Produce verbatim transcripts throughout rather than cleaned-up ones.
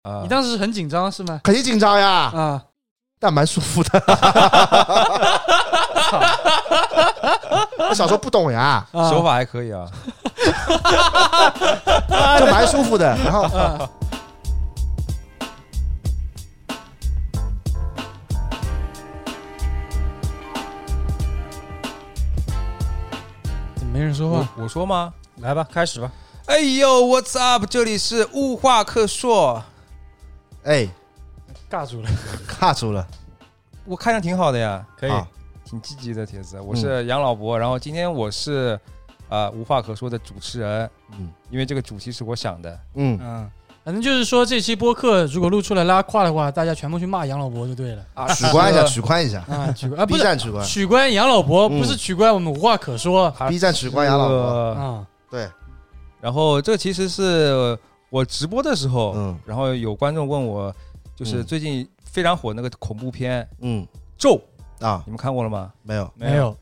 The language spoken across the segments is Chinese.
你当时很紧张是吗？ 肯定紧张呀， 啊， 但蛮舒服的。我小时候不懂呀， 手法还可以啊， 就蛮舒服的。然后， 怎么没人说话？ 我, 我说吗？ 来吧，开始吧。 哎呦 ，What's up？ 这里是物化课硕。 哎， 尬住了， 尬住了。 我看着挺好的呀， 可以， 挺积极的帖子。我是杨老伯，然后今天我是啊、呃、无话可说的主持人，嗯，因为这个主题是我想的， 嗯嗯，反正就是说这期播客如果录出来拉胯的话，大家全部去骂杨老伯就对了啊， 取关一下，取关一下啊，取关啊， B 站取关， 取关杨老伯，不是取关我们无话可说 ，B 站取关杨老伯啊， 对。 然后这其实是我直播的时候， 嗯， 然后有观众问我，就是最近非常火那个恐怖片， 嗯， 咒啊， 你们看过了吗？ 没有， 没有，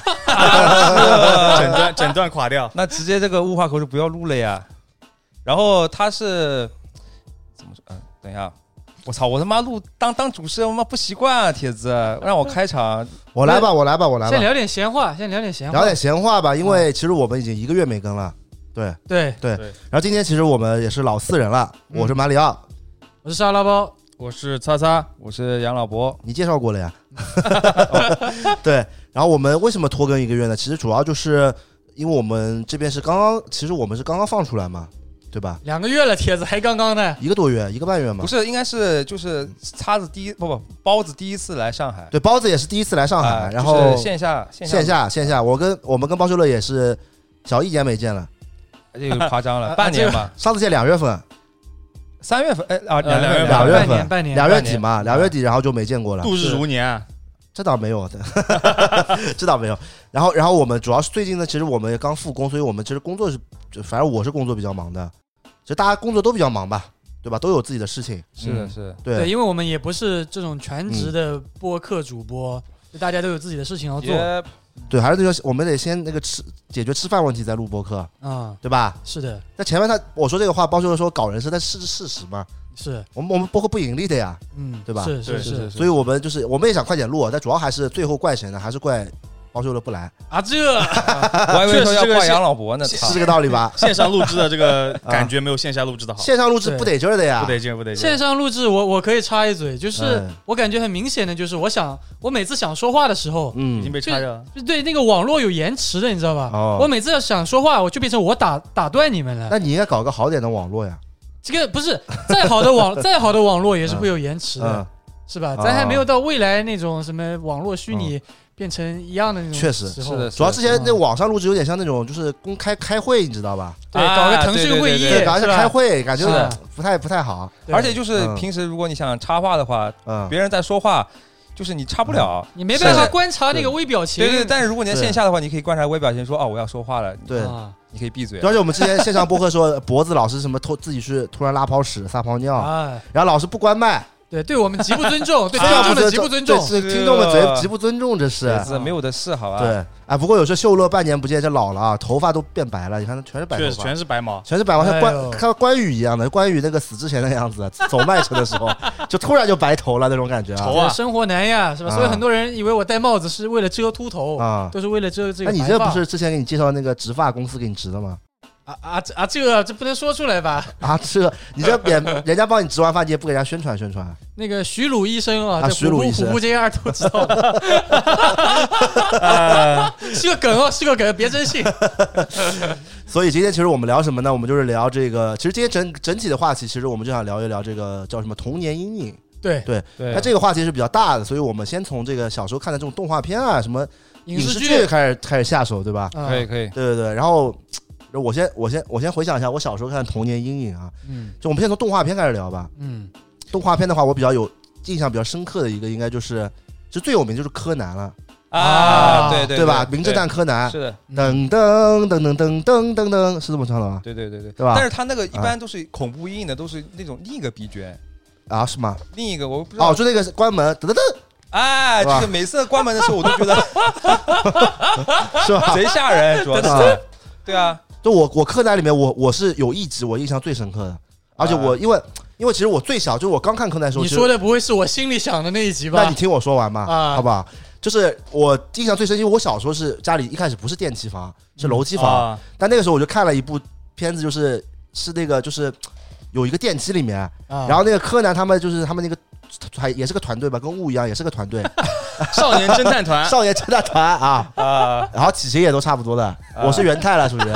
整段整段垮掉， 那直接这个物化口就不要录了呀。然后他是怎么说？嗯，等一下，我操，我他妈录当当主持人，我妈不习惯啊，铁子，让我开场， 我来吧，我来吧，我来吧。 先聊点闲话，先聊点闲话， 聊点闲话吧，因为其实我们已经一个月没更了。对对对, 对，然后今天其实我们也是老四人了，嗯、我是马里奥， 我是沙拉包， 我是擦擦， 我是杨老伯， 你介绍过了呀。对，然后我们为什么拖更一个月呢？其实主要就是因为我们这边是刚刚，其实我们是刚刚放出来嘛，对吧？ 两个月了，帖子还刚刚呢， 一个多月，一个半月嘛。 不是，应该是就是叉子第一不不包子第一次来上海， 对，包子也是第一次来上海， 啊、 然后、 就是、线下线下线下线下，我跟我们跟包修乐也是小一年没见了。 这个夸张了，半年吧。 上次见两月份， 三月份，哎啊， 两月份， 两月份，半年， 两月底嘛，两月底，然后就没见过了。 度日如年， 这倒没有的，这倒没有。然后，然后我们主要是最近呢，其实我们也刚复工，所以我们其实工作是，反正我是工作比较忙的，就大家工作都比较忙吧，对吧？都有自己的事情。 是的，是的， 对， 对，因为我们也不是这种全职的播客主播，就大家都有自己的事情要做。 对，还是那个，我们得先那个吃解决吃饭问题，再录播客啊、 嗯， 对吧？ 是的。 那前面他我说这个话，包修的说搞人是，但是事实嘛。 是我们我们播客不盈利的呀， 嗯， 对吧？ 是是 是, 是， 所以我们就是我们也想快点录，但主要还是最后怪谁呢？还是怪包修的不来啊！这啊我还以为说要怪杨老伯呢， 是这个道理吧？ 线上录制的这个感觉没有线下录制的好。 线上录制不得劲儿的呀， 不得劲儿，不得劲儿。 线上录制我我可以插一嘴，就是我感觉很明显的就是，我想我每次想说话的时候， 嗯， 已经被插着了。 就对那个网络有延迟的，你知道吧？ 哦， 我每次要想说话，我就变成我打打断你们了。 那你应该搞个好点的网络呀。 这个不是再好的网再好的网络也是会有延迟的， 嗯、 是吧？咱还没有到未来那种什么网络虚拟变成一样的那种。 确实是的， 主要之前那网上录制有点像那种就是公开开会，你知道吧？ 对，搞个腾讯会议， 对，搞一下开会，感觉不太不太好。 而且就是平时如果你想插话的话，嗯，别人在说话。就是你插不了， 你没办法观察那个微表情。 对对，但是如果你在线下的话，你可以观察微表情，说哦我要说话了， 对， 你可以闭嘴。 而且我们之前线上播客说，脖子老是什么突自己去突然拉泡屎、撒泡尿，然后老是不关麦。 对，对我们极不尊重，对听众们极不尊重， 是听众们极极不尊重，这是没有的事，好吧？ 对，哎，不过有时候秀乐半年不见就老了啊，头发都变白了，你看他全是白头发， 全是白毛， 全是白毛，像关看关羽一样的，关羽那个死之前的样子，走麦城的时候就突然就白头了那种感觉啊。 头啊，生活难呀，是吧？所以很多人以为我戴帽子是为了遮秃头啊，都是为了遮这个。 那你这不是之前给你介绍那个植发公司给你植的吗？ 啊啊啊！这个这不能说出来吧？ 啊，这你这人人家帮你植完发，你也不给人家宣传宣传。 那个徐鲁医生啊， 啊徐鲁医生， 虎扑 J R 都知道的。是个梗哦，是个梗，别真信。 所以今天其实我们聊什么呢？我们就是聊这个。其实今天整整体的话题，其实我们就想聊一聊这个叫什么童年阴影。 对对对。那这个话题是比较大的，所以我们先从这个小时候看的这种动画片啊，什么影视剧开始开始下手，对吧？ 可以可以。 对对对，然后。我先我先我先回想一下我小时候看的童年阴影啊，嗯，就我们先从动画片开始聊吧， 嗯， 动画片的话，我比较有印象比较深刻的一个，应该就是就最有名就是柯南了啊，对对对吧？名侦探柯南是的， 噔噔噔噔噔噔噔噔，是这么唱的吧？ 对对对对， 对吧？ 但是他那个一般都是恐怖阴影的，都是那种另一个 B 卷啊，是吗？ 另一个我不知道哦，就那个关门噔噔噔。 哎，这个每次关门的时候，我都觉得是吧？ 贼吓人，主要是对啊。 就我我柯南里面我我是有一集我印象最深刻的，而且我因为因为其实我最小就是我刚看柯南的时候， 你说的不会是我心里想的那一集吧？ 那你听我说完嘛， 啊、 好不好？就是我印象最深，因为我小时候是家里一开始不是电梯房，是楼梯房， 啊、 但那个时候我就看了一部片子，就是是那个就是有一个电梯里面， 啊、 然后那个柯南他们就是他们那个团也是个团队吧，跟雾一样也是个团队， 少年侦探团， 少年侦探团啊啊，然后体型也都差不多的，啊、我是元太了，属于。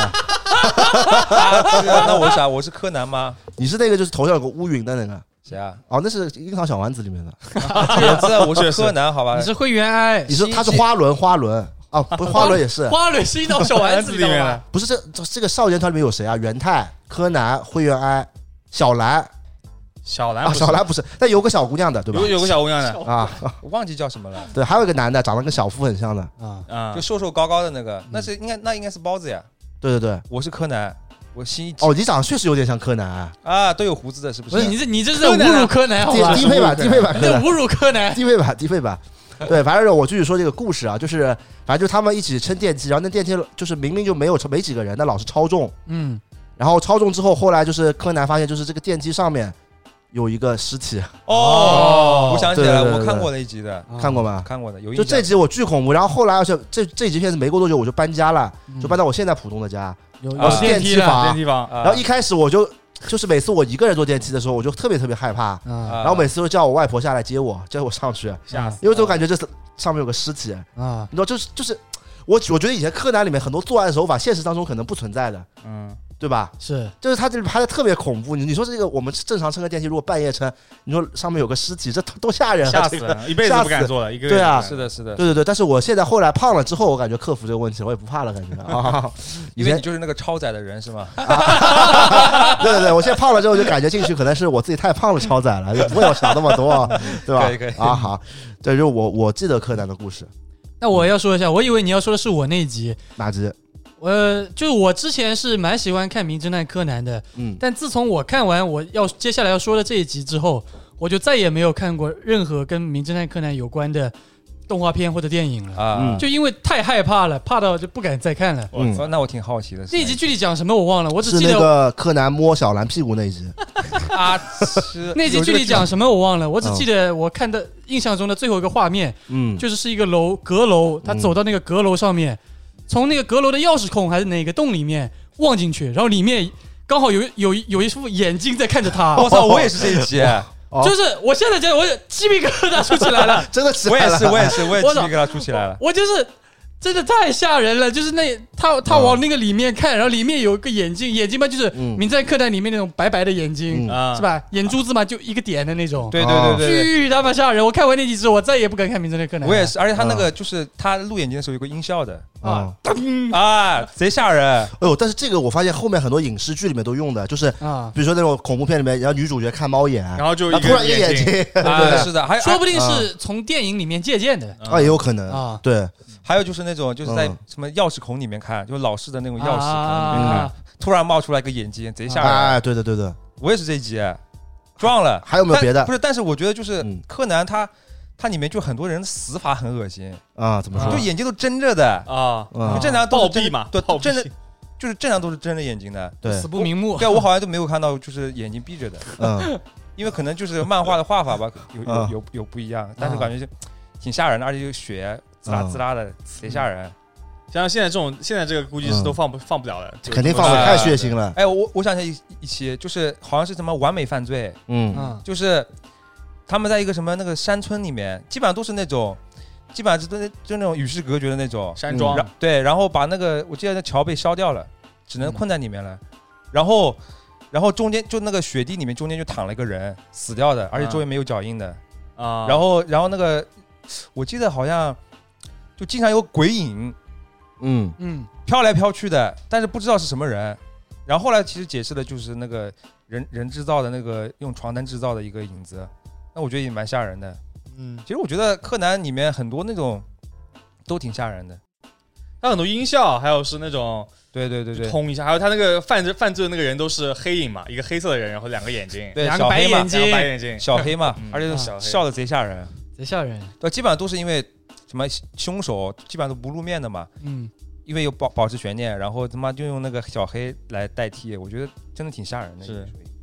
那我啥？我是柯南吗？ 你是那个就是头上有个乌云的那个。 谁啊？ 哦，那是樱桃小丸子里面的。 铁子，我是柯南，好吧？ 你是灰原哀， 你是他是花轮，花轮哦，不是花轮也是。 花轮是樱桃小丸子里面的。 不是这这个少年团里面有谁啊？元太、柯南、灰原哀、小兰。 小兰啊，小兰不是，但有个小姑娘的，对吧？ 有有个小姑娘的啊， 我忘记叫什么了。 对，还有一个男的，长得跟小夫很像的啊啊，就瘦瘦高高的那个，那是应该那应该是包子呀。 对对对， 我是柯南。我新一哦，你长得确实有点像柯南啊！ 啊，都有胡子的，是不是？ 不是，你这你这是在侮辱柯南，好吧？ 低配版，低配版， 你在侮辱柯南， 低配版，低配版。对，反正我继续说这个故事啊，就是反正就他们一起撑电梯，然后那电梯就是明明就没有没几个人，但老是超重， 嗯， 然后超重之后，后来就是柯南发现，就是这个电梯上面有一个尸体。 哦，我想起来了，我看过那一集的， 看过吗？ 看过的，有印象。就这集我巨恐怖，然后后来而且这这集片子没过多久我就搬家了，就搬到我现在浦东的家。 有有电梯房， 电梯房。 然后一开始我就就是每次我一个人坐电梯的时候，我就特别特别害怕，然后每次都叫我外婆下来接我，叫我上去， 吓死！ 因为总感觉这上面有个尸体啊，你知道，就是就是我我觉得以前柯南里面很多作案手法，现实当中可能不存在的，嗯。对吧？ 是， 就是他这拍的特别恐怖。你你说这个，我们正常乘个电梯，如果半夜乘，你说上面有个尸体，这多吓人啊！ 吓死人，一辈子不敢做了。一个对啊， 是的，是的， 对对对。但是我现在后来胖了之后，我感觉克服这个问题，我也不怕了，感觉啊。 因为你就是那个超载的人是吗？ 对对对，我现在胖了之后就感觉进去可能是我自己太胖了超载了，也不会有想那么多，对吧？ 可以可以啊，好，对，就我我记得柯南的故事。 那我要说一下，我以为你要说的是我那一集。 哪集？ 呃，就是我之前是蛮喜欢看《名侦探柯南》的，嗯，但自从我看完我要接下来要说的这一集之后，我就再也没有看过任何跟《名侦探柯南》有关的动画片或者电影了啊，就因为太害怕了，怕到就不敢再看了。 嗯，那我挺好奇的， 那一集具体讲什么我忘了，我只记得是那个柯南摸小兰屁股那一集啊， 那集具体讲什么我忘了，我只记得我看的印象中的最后一个画面，嗯，就是是一个楼阁楼，他走到那个阁楼上面。从那个阁楼的钥匙孔还是哪个洞里面望进去，然后里面刚好有有有一副眼睛在看着他。 我操，我也是这一集， 就是我现在觉得我鸡皮疙瘩出起来了， 真的起来了。 我也是，我也是，我也鸡皮疙瘩出起来了。 我就是真的太吓人了，就是那他他往那个里面看，然后里面有一个眼睛，眼睛嘛就是《名侦探柯南》里面那种白白的眼睛，是吧？眼珠子嘛就一个点的那种。 对对对对， 巨他妈吓人！我看完那集之后，我再也不敢看《名侦探柯南》。 我也是，而且他那个就是他录眼睛的时候有个音效的。啊啊，贼吓人！ 哎呦，但是这个我发现后面很多影视剧里面都用的，就是啊，比如说那种恐怖片里面，然后女主角看猫眼， 然后就突然一个眼睛， 对，是的，还说不定是从电影里面借鉴的啊，也有可能啊。对， 还有就是那种就是在什么钥匙孔里面看，就老式的那种钥匙孔里面看，突然冒出来个眼睛，贼吓人！ 哎，对对对对， 我也是这一集撞了。 还有没有别的？ 不是，但是我觉得就是柯南他。它里面就很多人死法很恶心啊，怎么说？ 就眼睛都睁着的啊， 就正常暴毙嘛， 对，睁着就是正常都是睁着眼睛的， 对， 死不瞑目。 对，我好像都没有看到就是眼睛闭着的，嗯，因为可能就是漫画的画法吧，有有有有不一样，但是感觉就挺吓人的，而且有血滋啦滋啦的，贼吓人。 像现在这种，现在这个估计是都放不放不了了， 肯定放不了，太血腥了。 哎，我我想起一一期，就是好像是什么完美犯罪，嗯，就是。他们在一个什么那个山村里面，基本上都是那种，基本上就就那种与世隔绝的那种山庄。 嗯、对，然后把那个我记得那桥被烧掉了，只能困在里面了。嗯、然后，然后中间就那个雪地里面中间就躺了一个人，死掉的，而且周围没有脚印的。啊。然后，然后那个我记得好像就经常有鬼影，嗯嗯，飘来飘去的，但是不知道是什么人。然后后来其实解释的就是那个人人制造的那个用床单制造的一个影子。那我觉得也蛮吓人的，嗯，其实我觉得柯南里面很多那种都挺吓人的， 他很多音效，还有是那种对对对对通一下，还有他那个犯罪犯罪的那个人都是黑影嘛，一个黑色的人，然后两个眼睛， 对， 两个白眼睛， 白眼睛， 小黑嘛，而且笑的贼吓人， 贼吓人， 对，基本上都是因为什么凶手基本上都不露面的嘛，嗯，因为有保保持悬念，然后他妈就用那个小黑来代替，我觉得真的挺吓人的， 是。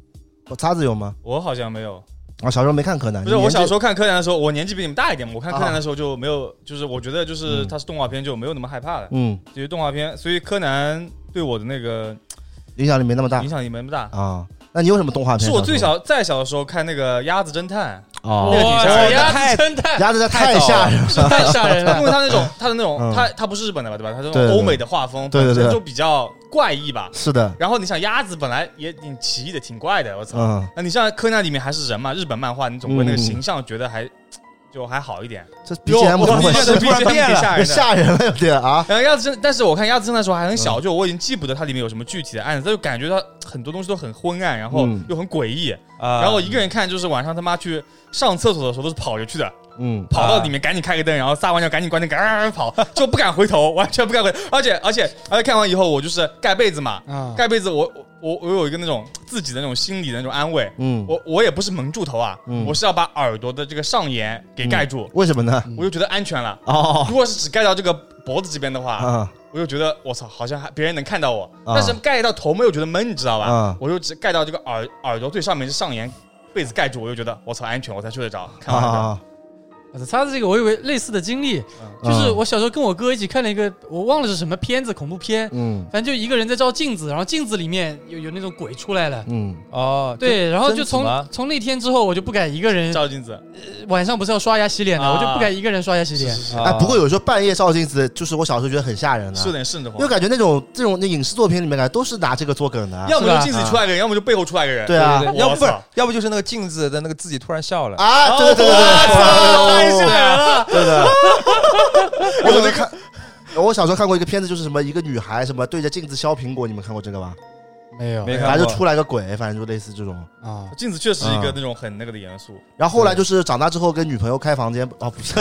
叉子有吗？ 我好像没有。 啊，小时候没看柯南。 不是，我小时候看柯南的时候，我年纪比你们大一点嘛。我看柯南的时候就没有，就是我觉得就是它是动画片，就没有那么害怕了。嗯，因为动画片，所以柯南对我的那个影响力没那么大， 影响力没那么大啊。那你有什么动画片？ 是我最小再小的时候看那个鸭子侦探。 哦， 那个挺吓人的。 鸭子侦探， 鸭子侦探太吓人了， 太吓人了。 因为他那种他的那种他他不是日本的吧，对吧？他这种欧美的画风， 对对对， 就比较怪异吧。 是的。 然后你想鸭子本来也挺奇异的，挺怪的，我操。嗯。那你像柯南里面还是人嘛，日本漫画，你总归那个形象觉得还就还好一点。 这 B G M 怎么是突然变了， 吓人了有点啊。 然后鸭子侦，但是我看鸭子侦探的时候还很小，就我已经记不得它里面有什么具体的案子，就感觉它很多东西都很昏暗，然后又很诡异。然后我一个人看，就是晚上他妈去上厕所的时候都是跑着去的。嗯，跑到里面赶紧开个灯，然后撒完尿赶紧关灯，赶紧跑，就不敢回头，完全不敢回头。而且而且而且看完以后，我就是盖被子嘛，嗯、盖被子我我我有一个那种自己的那种心理的那种安慰，嗯，我我也不是蒙住头啊，嗯、我是要把耳朵的这个上沿给盖住， 嗯、为什么呢？ 我就觉得安全了。哦，如果是只盖到这个脖子这边的话，嗯、我就觉得我操，好像还别人能看到我，嗯、但是盖到头没有觉得闷，你知道吧？嗯、我就只盖到这个耳耳朵最上面是上沿，被子盖住，我就觉得我操安全，我才睡得着。看完这。啊他的这个我以为类似的经历，嗯、就是我小时候跟我哥一起看了一个，我忘了是什么片子，恐怖片，嗯，反正就一个人在照镜子，然后镜子里面有有那种鬼出来了，嗯，哦，对，然后就从从那天之后，我就不敢一个人照镜子， 呃、晚上不是要刷牙洗脸的，啊、我就不敢一个人刷牙洗脸。 是是是哎，不过有时候半夜照镜子，就是我小时候觉得很吓人的， 是点瘆得慌， 因为感觉那种这种那影视作品里面感觉都是拿这个做梗的， 要么就镜子里出来个人，要么就背后出来个人， 对啊， 对对对要不是，要不就是那个镜子的那个自己突然笑了啊，对对对对对，太吓人了。 对的，我小时候看，我小时候看过一个片子，就是什么一个女孩什么对着镜子削苹果，你们看过这个吧？ 没有， 没看过。 反正就出来个鬼，反正就类似这种啊。镜子确实一个那种很那个的元素。 然后后来就是长大之后跟女朋友开房间，哦不是，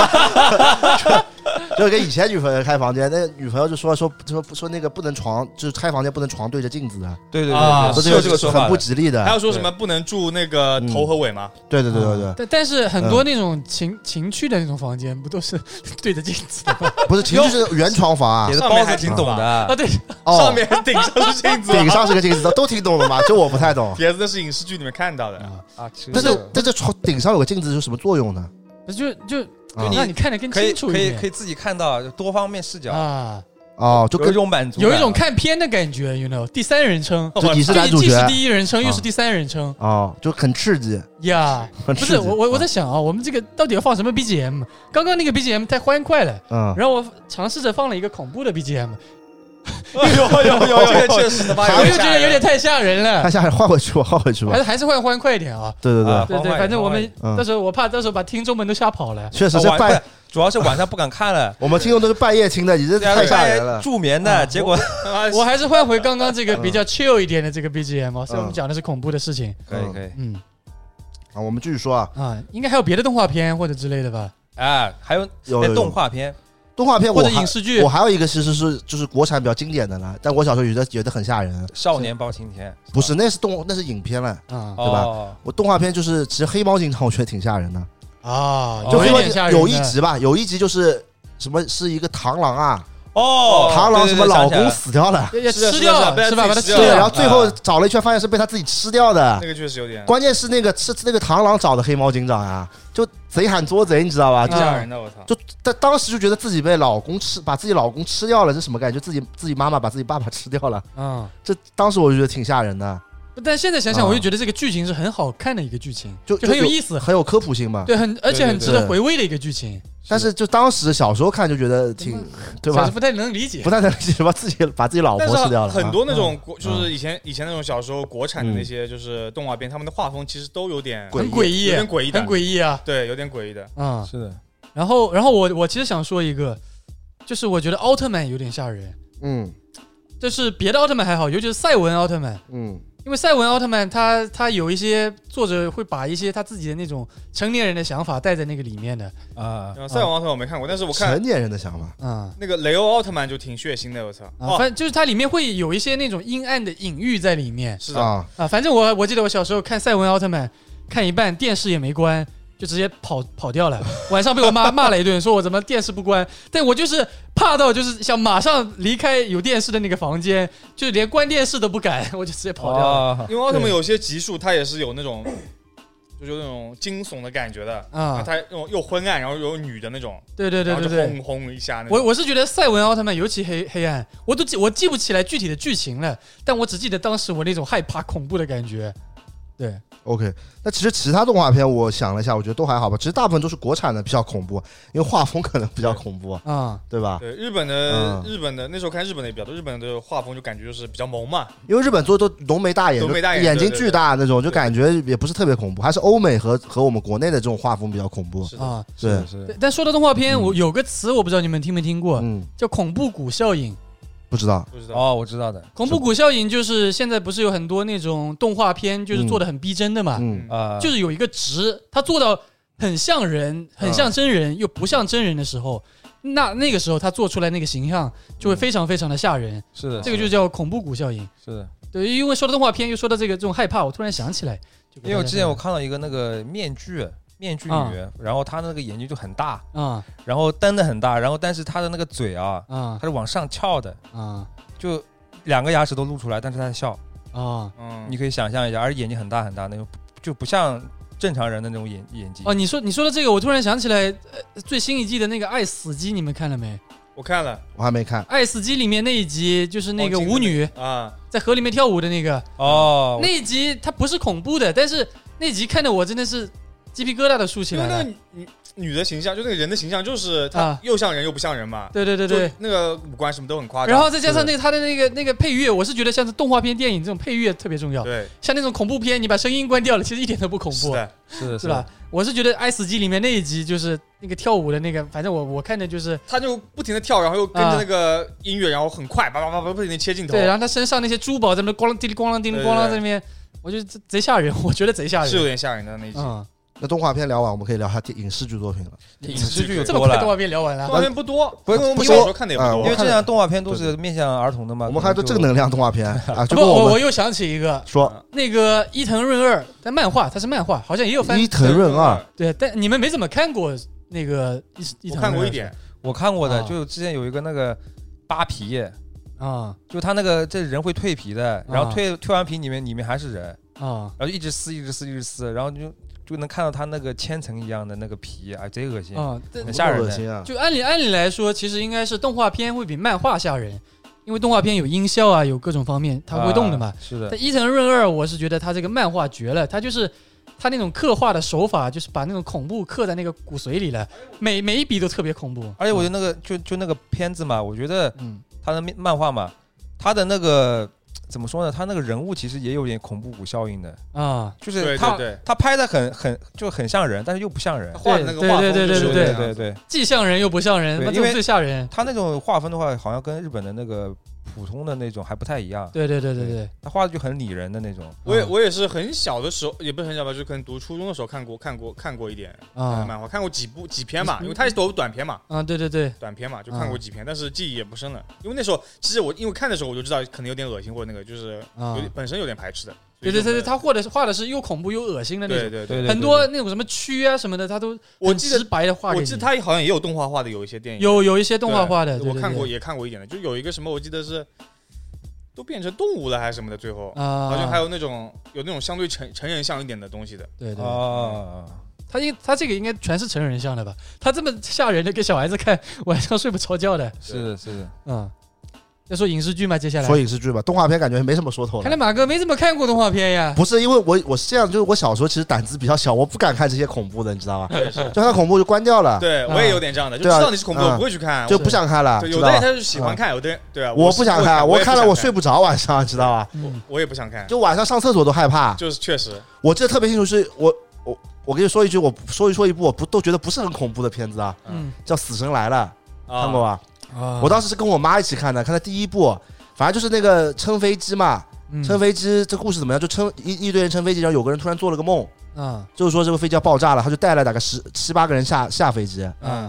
就跟以前女朋友开房间，那女朋友就说说说说那个不能床，就是开房间不能床对着镜子的。 对对对，啊、 是这个说法很不吉利的。 还有说什么不能住那个头和尾吗？ 对对对对对。 但但是很多那种情情趣的那种房间，不都是对着镜子的吗？ 不是情趣是原床房啊， 也是包子挺懂的啊。对， 上面顶上是镜子， 顶上是个镜子，都挺懂的嘛，就我不太懂。 别的是影视剧里面看到的啊。但是在这床顶上有个镜子有什么作用呢？ 就就就让你看得更清楚一点， 可以可以可以自己看到多方面视角啊。 哦，就有一种满足， 有一种看片的感觉 ，you know， 第三人称， 就你是男主角， 既是第一人称，又是第三人称， 哦，就很刺激呀。不是我我我在想啊，我们这个到底要放什么 B G M？ 刚刚那个 B G M 太欢快了，嗯，然后我尝试着放了一个恐怖的 B G M。 有有有，这个确实他妈， 我又觉得有点太吓人了。 太吓人，换回去吧，换回去吧。 还是还是换欢快一点啊！ 对对对对对，反正我们到时候我怕到时候把听众们都吓跑了。 确实是半， 主要是晚上不敢看了。 我们听众都是半夜听的，你这太吓人了。 助眠的结果， 我还是换回刚刚这个比较 chill 一点的这个 B G M 啊。所以我们讲的是恐怖的事情。 可以可以，嗯， 啊，我们继续说啊啊，应该还有别的动画片或者之类的吧？ 啊，还有有动画片。 动画片或者影视剧， 我还有一个其实是就是国产比较经典的了，但我小时候觉得觉得很吓人。 少年包青天不是，那是动那是影片了，啊，对吧？哦、我动画片就是其实黑猫警长，我觉得挺吓人的啊， 就黑猫警长有一集吧，有一集就是什么是一个螳螂啊。 哦， 螳螂什么老公死掉了， 吃掉了是吧？把它吃掉， 然后最后找了一圈，发现是被他自己吃掉的。 那个确实有点。 关键是那个是那个螳螂找的黑猫警长呀，就贼喊捉贼，你知道吧？ 吓人的，我操！ 就当当时就觉得自己被老公吃，把自己老公吃掉了，这什么感觉？自己自己妈妈把自己爸爸吃掉了，嗯，这当时我就觉得挺吓人的。 但现在想想，我就觉得这个剧情是很好看的一个剧情，就就很有意思， 很有科普性嘛。 对，很而且很值得回味的一个剧情。 但是就当时小时候看就觉得挺，对吧？ 不太能理解， 不太能理解，把自己把自己老婆吃掉了。 很多那种就是以前以前那种小时候国产的那些就是动画片，他们的画风其实都有点很诡异， 有点诡异的， 很诡异啊。 对，有点诡异的。 嗯， 是的。 然后，然后我我其实想说一个，就是我觉得奥特曼有点吓人。嗯，就是别的奥特曼还好，尤其是赛文奥特曼。嗯。因为赛文奥特曼他他有一些作者会把一些他自己的那种成年人的想法带在那个里面的啊。赛文奥特曼我没看过，但是我看成年人的想法啊，那个雷欧奥特曼就挺血腥的，我操！ 啊，反正就是它里面会有一些那种阴暗的隐喻在里面。 是的啊啊，反正我我记得我小时候看赛文奥特曼，看一半电视也没关， 就直接跑跑掉了。晚上被我妈骂了一顿，说我怎么电视不关，但我就是怕到就是想马上离开有电视的那个房间，就连关电视都不敢，我就直接跑掉了。 啊、 因为奥特曼有些集数它也是有那种。就那种惊悚的感觉的啊，它那种又昏暗，然后有女的那种， 对对对对对， 轰轰一下那种。 我我是觉得赛文奥特曼尤其黑黑暗，我都记我记不起来具体的剧情了，但我只记得当时我那种害怕恐怖的感觉。对 ，OK， 那其实其他动画片我想了一下，我觉得都还好吧。其实大部分都是国产的比较恐怖，因为画风可能比较恐怖啊、嗯，对吧？ 对，日本的、嗯、日本的那时候看日本的也比较多，日本的画风就感觉就是比较萌嘛， 因为日本做都浓眉大眼， 浓眉大眼， 眼睛巨大那种，就感觉也不是特别恐怖，还是欧美和和我们国内的这种画风比较恐怖啊。 对， 是。但说到动画片，我有个词我不知道你们听没听过，嗯，叫恐怖谷效应。 不知道， 不知道哦，我知道的。 恐怖谷效应就是现在不是有很多那种动画片，就是做的很逼真的嘛，嗯啊，就是有一个值，它做到很像人，很像真人，嗯、又不像真人的时候，那那个时候他做出来那个形象就会非常非常的吓人。 是的， 这个就叫恐怖谷效应。 是的， 对，因为说到动画片，又说到这个这种害怕，我突然想起来， 因为我之前我看到一个那个面具。面具女、啊，然后她那个眼睛就很大啊，然后瞪得很大，然后但是她的那个嘴啊，啊，她是往上翘的啊，就两个牙齿都露出来，但是她在笑啊，嗯，你可以想象一下，而且眼睛很大很大，那种就不像正常人的那种眼眼睛。 哦，你说你说的这个，我突然想起来，呃，最新一季的那个《爱死机》，你们看了没？ 我看了， 我还没看。《 爱死机》里面那一集就是那个舞女啊，在河里面跳舞的那个哦， 那一集它不是恐怖的，但是那集看得我真的是。鸡皮疙瘩都竖起来了。 因为那个女女的形象，就那个人的形象，就是她又像人又不像人嘛。 啊、对对对对， 那个五官什么都很夸张。 然后再加上那个她的那个那个配乐，我是觉得像是动画片、电影这种配乐特别重要。 对， 像那种恐怖片，你把声音关掉了，其实一点都不恐怖。 是的， 是的， 是吧？我是觉得《爱死机》里面那一集就是那个跳舞的那个，反正我我看的就是， 他就不停的跳，然后又跟着那个音乐，然后很快，叭叭叭叭不停的切镜头。 对，然后他身上那些珠宝在那咣啷滴哩咣啷滴哩咣啷在那边，我觉得贼吓人，我觉得贼吓人， 是有点吓人的那一集。 嗯，那动画片聊完，我们可以聊下影视剧作品了。 影视剧这么快，动画片聊完了。 动画片不多， 不是我们小时候看的也不多， 因为这样动画片都是面向儿童的嘛。 我们还有正能量动画片啊。 不，我我又想起一个， 说那个伊藤润二，但漫画它是漫画，好像也有翻。 伊藤润二， 对，但你们没怎么看过那个伊藤润二。 我看过一点， 我看过的，就之前有一个那个扒皮啊，就他那个这人会蜕皮的，然后蜕蜕完皮里面里面还是人啊，然后就一直撕一直撕一直撕，然后就。就能看到它那个千层一样的那个皮啊，贼恶心啊，很吓人的。 就按理按理来说，其实应该是动画片会比漫画吓人，因为动画片有音效啊，有各种方面它会动的嘛。 啊、是的。 但伊藤润二，我是觉得他这个漫画绝了，他就是他那种刻画的手法，就是把那种恐怖刻在那个骨髓里了，每每一笔都特别恐怖。 而且我觉得那个、嗯、就就那个片子嘛，我觉得嗯，他的漫画嘛，他的那个。怎么说呢？他那个人物其实也有点恐怖谷效应的啊，就是他对对对他拍的很很就很像人，但是又不像人， 画的那个画风对对对对对对对， 既像人又不像人，因为最吓人。 他那种画风的话，好像跟日本的那个普通的那种还不太一样。 对对对对对， 他画的就很拟人的那种。 我也我也是很小的时候，也不是很小吧，就可能读初中的时候看过看过看过一点啊漫画，看过几部几篇嘛，因为它是都短篇嘛。 啊，对对对， 短篇嘛，就看过几篇，但是记忆也不深了。因为那时候其实我因为看的时候我就知道可能有点恶心或者那个就是有点本身有点排斥的。 对对对对，他画的画的是又恐怖又恶心的那种， 对对对， 很多那种什么蛆啊什么的，他都很直白的画。 我记得他好像也有动画化的，有一些电影有有一些动画化的， 我看过也看过一点的，就有一个什么我记得是都变成动物了还是什么的，最后好像还有那种有那种相对成成人像一点的东西的。 对对啊，他应他这个应该全是成人像的吧？他这么吓人的给小孩子看，晚上睡不着觉的。 是的，是的， 嗯。要说影视剧吗？接下来说影视剧吧，动画片感觉没什么说头了。 看来马哥没怎么看过动画片呀？ 不是，因为我我是这样，就是我小时候其实胆子比较小，我不敢看这些恐怖的，你知道吧？就看恐怖就关掉了。 对，我也有点这样的，就知道你是恐怖，我不会去看， 就不想看了。 有的人他是喜欢看，有的人对啊， 我不想看，我看了我睡不着晚上，知道吧？ 我也不想看， 就晚上上厕所都害怕。 就是确实， 我记得特别清楚，是我我我跟你说一句，我说一说一部我不都觉得不是很恐怖的片子啊，叫《死神来了》，看过吧？我当时是跟我妈一起看的，看的第一部。反正就是那个乘飞机嘛，嗯、乘飞机这故事怎么样？就乘一一堆人乘飞机，然后有个人突然做了个梦，嗯，就是说这个飞机要爆炸了，他就带了大概十七八个人下下飞机，嗯，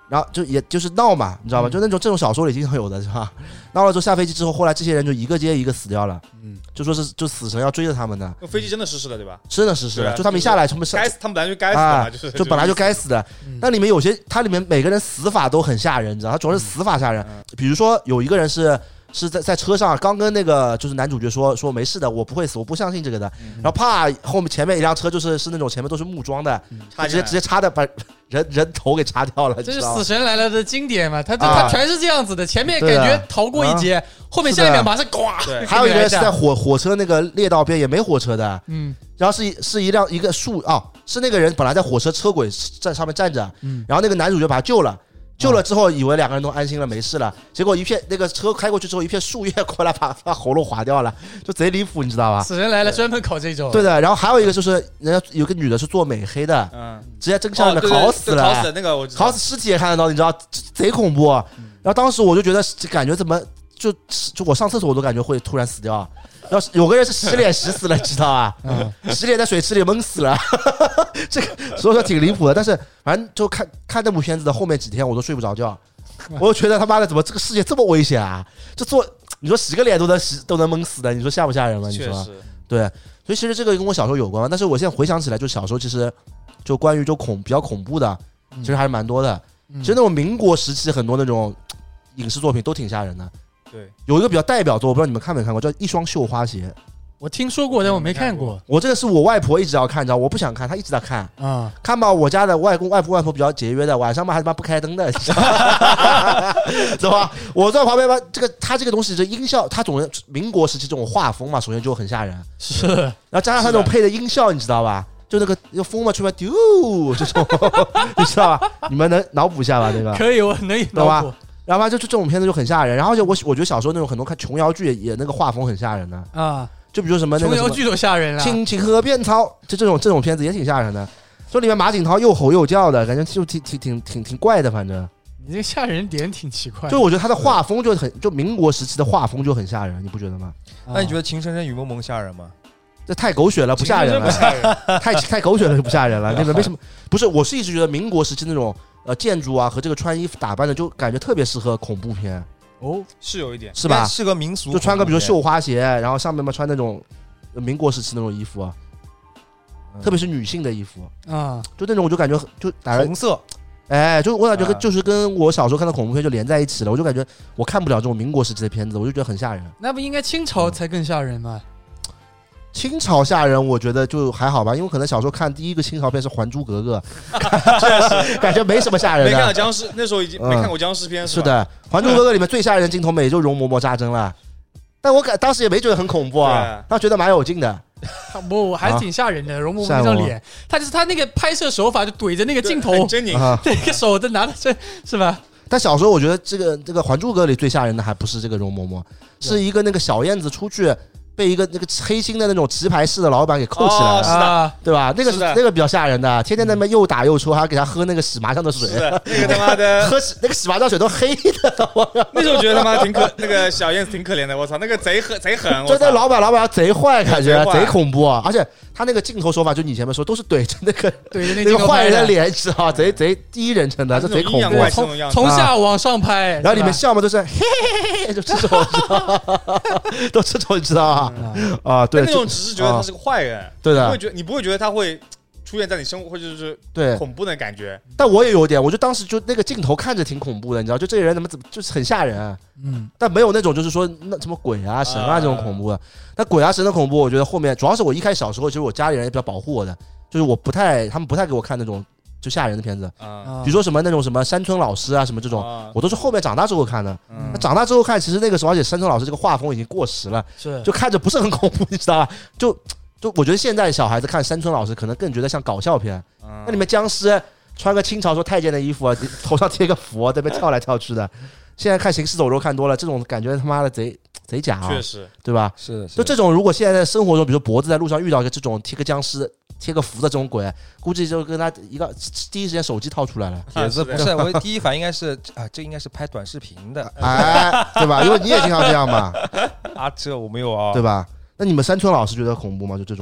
然后就也就是闹嘛，你知道吧？就那种这种小说里经常有的是吧？闹了之后下飞机之后，后来这些人就一个接一个死掉了，嗯，就说是就死神要追着他们的。 飞机真的失事了，对吧？ 真的失事了，就他们一下来，他们该死，他们本来就该死的嘛，就是就本来就该死的。那里面有些，它里面每个人死法都很吓人，你知道？他主要是死法吓人。比如说有一个人是。是在在车上刚跟那个就是男主角说说没事的，我不会死，我不相信这个的。然后啪，后面前面一辆车就是是那种前面都是木桩的，直接直接插的把人人头给插掉了。 这是死神来了的经典嘛？他他全是这样子的，前面感觉逃过一劫，后面下一秒马上呱。 还有一个人是在火火车那个列道边也没火车的，嗯，然后是是一辆一个树啊，是那个人本来在火车车轨在上面站着，然后那个男主角把他救了。救了之后，以为两个人都安心了，没事了。结果一片那个车开过去之后，一片树叶过来把把喉咙划掉了，就贼离谱，你知道吧？ 死人来了，专门考这种。 对的，然后还有一个就是，人家有个女的是做美黑的，嗯，直接真相里面烤死了， 烤死那个我烤死尸体也看得到，你知道，贼恐怖。然后当时我就觉得，感觉怎么就就我上厕所我都感觉会突然死掉。要是有个人是洗脸洗死了，知道啊？嗯，洗脸在水池里闷死了，这个所以说挺离谱的。但是反正就看看那部片子的后面几天，我都睡不着觉，我就觉得他妈的怎么这个世界这么危险啊？就做你说洗个脸都能洗都能闷死的，你说吓不吓人吗？你说对，所以其实这个跟我小时候有关，但是我现在回想起来，就小时候其实就关于就恐比较恐怖的，其实还是蛮多的。其实那种民国时期很多那种影视作品都挺吓人的。 对， 有一个比较代表作，我不知道你们看没看过，叫《一双绣花鞋》。 我听说过，但我没看过。 我这个是我外婆一直要看，你知道，我不想看，她一直在看啊、嗯。看吧，我家的外公、外婆、外婆比较节约的，晚上嘛还他妈不开灯的，知道吧？我在旁边吧，这个他这个东西，这音效，他总民国时期这种画风嘛，首先就很吓人， 是。 然后加上他那种配的音效，你知道吧？就那个那个风嘛，出来丢这种，你知道吧？你们能脑补一下吧？这个可以，我能脑补。 然后就就这种片子就很吓人，然后就我我觉得小时候那种很多看琼瑶剧也那个画风很吓人的啊，就比如什么那个琼瑶剧都吓人了， 青青河边草，就这种这种片子也挺吓人的，说里面马景涛又吼又叫的感觉，就挺挺挺挺挺怪的，反正你这个吓人点挺奇怪， 就我觉得他的画风就很就民国时期的画风就很吓人，你不觉得吗？ 那你觉得《情深深雨蒙蒙》吓人吗？ 这太狗血了，不吓人了，太太狗血了就不吓人了，那个为什么？不是，我是一直觉得民国时期那种。呃，建筑啊和这个穿衣服打扮的，就感觉特别适合恐怖片哦，是有一点， 是吧？ 适合民俗， 就穿个比如绣花鞋，然后上面嘛穿那种民国时期那种衣服，啊，嗯、特别是女性的衣服啊，就那种我就感觉就打红色， 哎，就我感觉就是跟我小时候看的恐怖片就连在一起了，我就感觉我看不了这种民国时期的片子，我就觉得很吓人。 那不应该清朝才更吓人吗？ 清朝吓人，我觉得就还好吧，因为可能小时候看第一个清朝片是《还珠格格》，确实感觉没什么吓人的。 没看过僵尸，那时候已经没看过僵尸片。 是的，《还珠格格》里面最吓人的镜头，美就容嬷嬷扎针了，但我感当时也没觉得很恐怖啊，他觉得蛮有劲的。 不，还是挺吓人的，容嬷嬷那张脸，他就是他那个拍摄手法就怼着那个镜头，狰狞，那个手在拿着针，是吧？ 但小时候我觉得这个这个《还珠格格》里最吓人的还不是这个容嬷嬷，是一个那个小燕子出去。被一个那个黑心的那种棋牌室的老板给扣起来了， 哦、是的， 对吧？那个是那个比较吓人的，天天在那边又打又抽，还要给他喝那个洗麻将的水， 是的那个他妈的喝那个洗麻将水都黑的，我那时候觉得他妈挺可，那个小燕子挺可怜的，我操，那个贼狠贼狠， 就那老板老板贼坏，感觉贼恐怖啊！而且他那个镜头手法，就你前面说都是怼着那个怼着那个坏人的脸，知道贼贼第一人称的，这贼恐怖， 从从下往上拍， 然后里面笑嘛都是嘿嘿嘿，就这种，知道都这种，你知道吗？啊。对， 那种只是觉得他是个坏人， 对的， 不会觉得你不会觉得他会出现在你生活或者就是对恐怖的感觉。 但我也有点，我就当时就那个镜头看着挺恐怖的，你知道，就这个人怎么怎么就是很吓人，嗯，但没有那种就是说那什么鬼啊神啊这种恐怖的。那鬼啊神的恐怖，我觉得后面主要是我一开始小时候，其实我家里人也比较保护我的，就是我不太他们不太给我看那种就吓人的片子，啊，比如说什么那种什么山村老师啊什么这种，啊，我都是后面长大之后看的。嗯，那长大之后看，其实那个时候，而且山村老师这个画风已经过时了，是就看着不是很恐怖，你知道吧？就就我觉得现在小孩子看山村老师，可能更觉得像搞笑片。嗯，那里面僵尸穿个清朝说太监的衣服，头上贴个佛，在那边跳来跳去的。现在看行尸走肉看多了，这种感觉他妈的贼贼假啊， 确实， 对吧？ 是， 就这种，如果现在在生活中，比如说脖子在路上遇到一个这种贴个僵尸。贴个符的这种鬼，估计就跟他一个第一时间手机掏出来了。 也是不是？我第一反应应该是啊，这应该是拍短视频的， 哎，对吧？因为你也经常这样嘛。 啊，这我没有啊， 对吧？那你们山村老师觉得恐怖吗？就这种，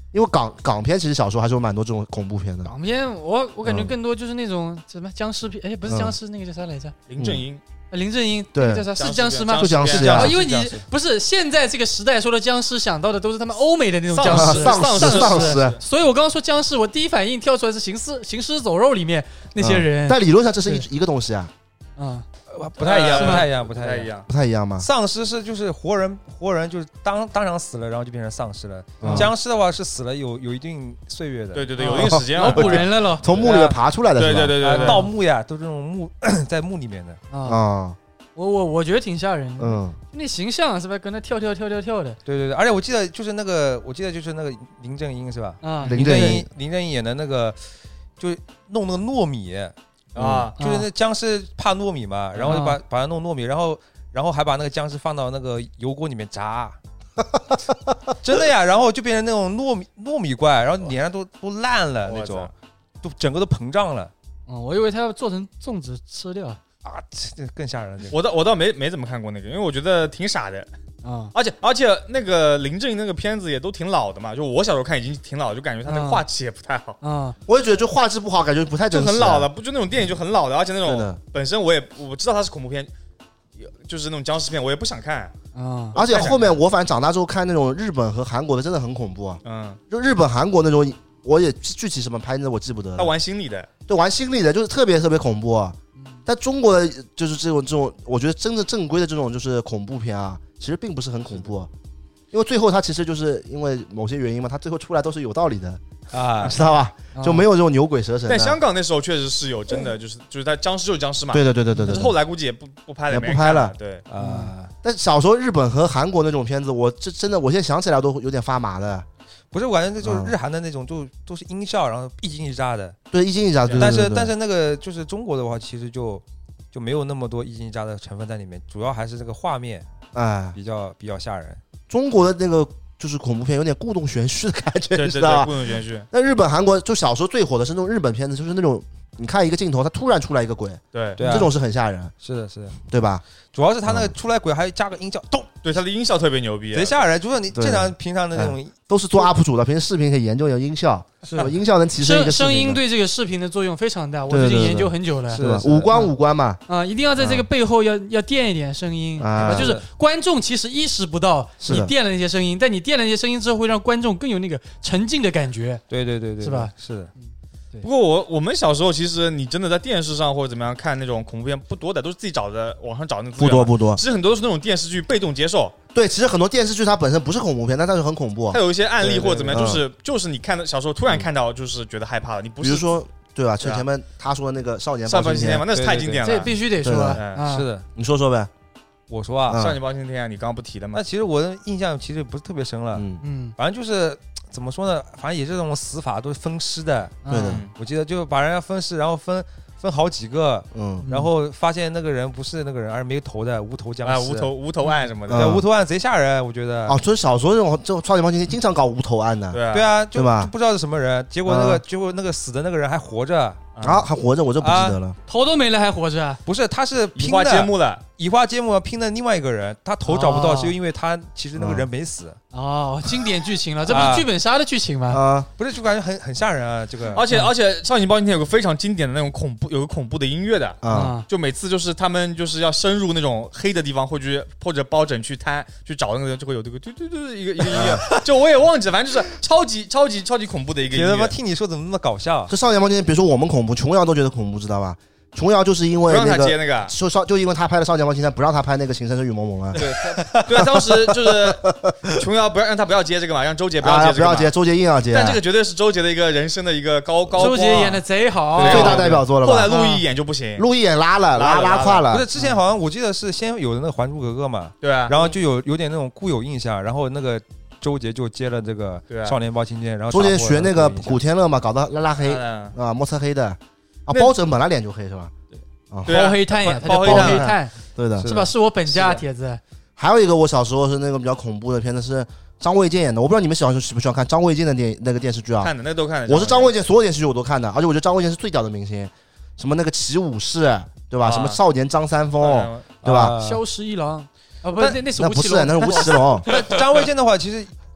因为港港片其实小时候还是有蛮多这种恐怖片的。 港片我我感觉更多就是那种什么僵尸片，哎，不是僵尸，那个叫啥来着？ 林正英。 林正英， 对， 叫啥？是僵尸吗？ 是僵尸呀， 因为你不是现在这个时代说的僵尸，想到的都是他们欧美的那种僵尸， 丧尸，丧尸。 所以我刚刚说僵尸，我第一反应跳出来是行尸行尸走肉里面那些人。 但理论上这是一一个东西啊。 嗯， 不太一样，不太一样，不太一样， 不太一样吗？ 丧尸是就是活人，活人就是当当场死了，然后就变成丧尸了。僵尸的话是死了有有一定岁月的。 对对对，有一定时间了， 老捕人了了， 从墓里面爬出来的。 对对对对， 盗墓呀，都是这种墓在墓里面的啊。 我我我觉得挺吓人的， 嗯， 那形象是吧，跟他跳跳跳跳跳的， 对对对，而且我记得就是那个，我记得就是那个林正英是吧？ 啊， 林正英， 林正英演的那个，就弄那个糯米啊， 就是那僵尸怕糯米嘛，然后就把把它弄糯米，然后然后还把那个僵尸放到那个油锅里面炸，真的呀，然后就变成那种糯米糯米怪，然后脸上都都烂了那种，都整个都膨胀了。 嗯，我以为他要做成粽子吃掉。 啊，这更吓人了！ 我倒我倒没没怎么看过那个，因为我觉得挺傻的啊。 而且而且那个林正英那个片子也都挺老的嘛，就我小时候看已经挺老，就感觉他那个画质也不太好啊。 我也觉得就画质不好，感觉不太真实， 就很老了，不就那种电影就很老的，而且那种本身我也我知道它是恐怖片，就是那种僵尸片，我也不想看啊。 而且后面我反正长大之后看那种日本和韩国的真的很恐怖啊。 嗯， 就日本韩国那种，我也具体什么拍的我记不得了。 他玩心理的， 对，玩心理的，就是特别特别恐怖啊。但中国的就是这种这种，我觉得真正正规的这种就是恐怖片啊，其实并不是很恐怖，因为最后它其实就是因为某些原因嘛，它最后出来都是有道理的啊，知道吧？就没有这种牛鬼蛇神。 但香港那时候确实是有真的，就是就是他僵尸就是僵尸嘛。 对对对对对对。 后来估计也不不拍了， 不拍了。 对啊。但小时候日本和韩国那种片子，我这真的我现在想起来都有点发麻的。 不是，我感觉就是日韩的那种，就都是音效，然后一惊一乍的。 对，一惊一乍。 但是但是那个就是中国的话，其实就就没有那么多一惊一乍的成分在里面，主要还是这个画面，哎，比较比较吓人。 中国的那个就是恐怖片有点故弄玄虚的感觉， 对知道吧？ 故弄玄虚。 那日本、韩国就小时候最火的是那种日本片子，就是那种你看一个镜头，它突然出来一个鬼， 对对， 这种是很吓人。 是的，是的， 对吧？ 主要是他那个出来鬼还加个音效，咚。 对，他的音效特别牛逼， 贼吓人。就是你正常平常的那种， 都是做 U P 主的，平时视频可以研究研究音效，是吧？音效能提升一个声音对这个视频的作用非常大。我最近研究很久了， 是吧？五官五官嘛， 啊，一定要在这个背后要要垫一点声音，对吧？就是观众其实意识不到你垫了那些声音，但你垫了那些声音之后，会让观众更有那个沉浸的感觉。 对对对对， 是吧？ 是的。 不过我我们小时候其实你真的在电视上或者怎么样看那种恐怖片不多的，都是自己找的网上找那个资源。 不多不多， 其实很多都是那种电视剧被动接受。 对，其实很多电视剧它本身不是恐怖片，但它是很恐怖。 它有一些案例或者怎么样，就是就是你看的小时候突然看到，就是觉得害怕了。你不是比如说对吧？就前面他说的那个少年少年天嘛，那是太经典了， 这必须得说。 是的， 你说说呗。 我说啊， 少年包青天啊，你刚刚不提了吗？ 那其实我的印象其实不是特别深了。 嗯嗯， 反正就是。怎么说呢？反正也是这种死法，都是分尸的。 对的， 我记得就把人家分尸，然后分分好几个，嗯，然后发现那个人不是那个人，而是没头的无头僵尸， 啊，无头无头案什么的， 对，无头案贼吓人，我觉得。 哦，所以小时候这种这种少年包青天经常搞无头案的， 对啊， 对啊，就对吧？ 不知道是什么人，结果那个结果那个死的那个人还活着啊，还活着，我这不记得了， 头都没了还活着？ 不是，他是拼移花接木的， 移花接木拼的另外一个人，他头找不到，是因为他其实那个人没死。 哦，经典剧情了，这不是剧本杀的剧情吗？ 啊， 不是，就感觉很很吓人啊，这个。 而且而且，少年包青天有个非常经典的那种恐怖，有个恐怖的音乐的啊， 就每次就是他们就是要深入那种黑的地方，或者或者包拯去探去找那个人，就会有这个对对对一个一个音乐，就我也忘记了，反正就是超级超级超级恐怖的一个音乐。 他妈听你说怎么那么搞笑？ 这少年包青天，比如说我们恐怖，琼瑶都觉得恐怖，知道吧？琼瑶就是因为那个，那个就少就因为他拍了《少年包青天》，不让他拍那个《情深深雨蒙蒙》了。 对，对，当时就是琼瑶不要让他不要接这个嘛，让周杰不要接这个， 不要接，周杰硬要接。 但这个绝对是周杰的一个人生的一个高高。 周杰演的贼好， 最大代表作了吧？ 后来陆毅演就不行， 陆毅演拉了，拉拉胯了。 不是之前好像我记得是先有的那个《还珠格格》嘛， 对啊， 然后就有有点那种固有印象，然后那个。周杰就接了这个少年包青天，然后周杰学那个古天乐嘛，搞到拉拉黑啊，莫测黑的啊，包拯本来脸就黑是吧？ 对，包黑炭呀，他叫包黑炭， 对的， 是吧？是我本家帖子。 还有一个我小时候是那个比较恐怖的片子是张卫健演的，我不知道你们小时候喜不喜欢看张卫健的电那个电视剧啊？ 看的那都看的。 我是张卫健所有电视剧我都看的，而且我觉得张卫健是最屌的明星，什么那个起舞室对吧？什么少年张三丰对吧？ 萧十一郎啊，不是那那是吴奇隆， 那不是那是吴奇隆。 张卫健的话，其实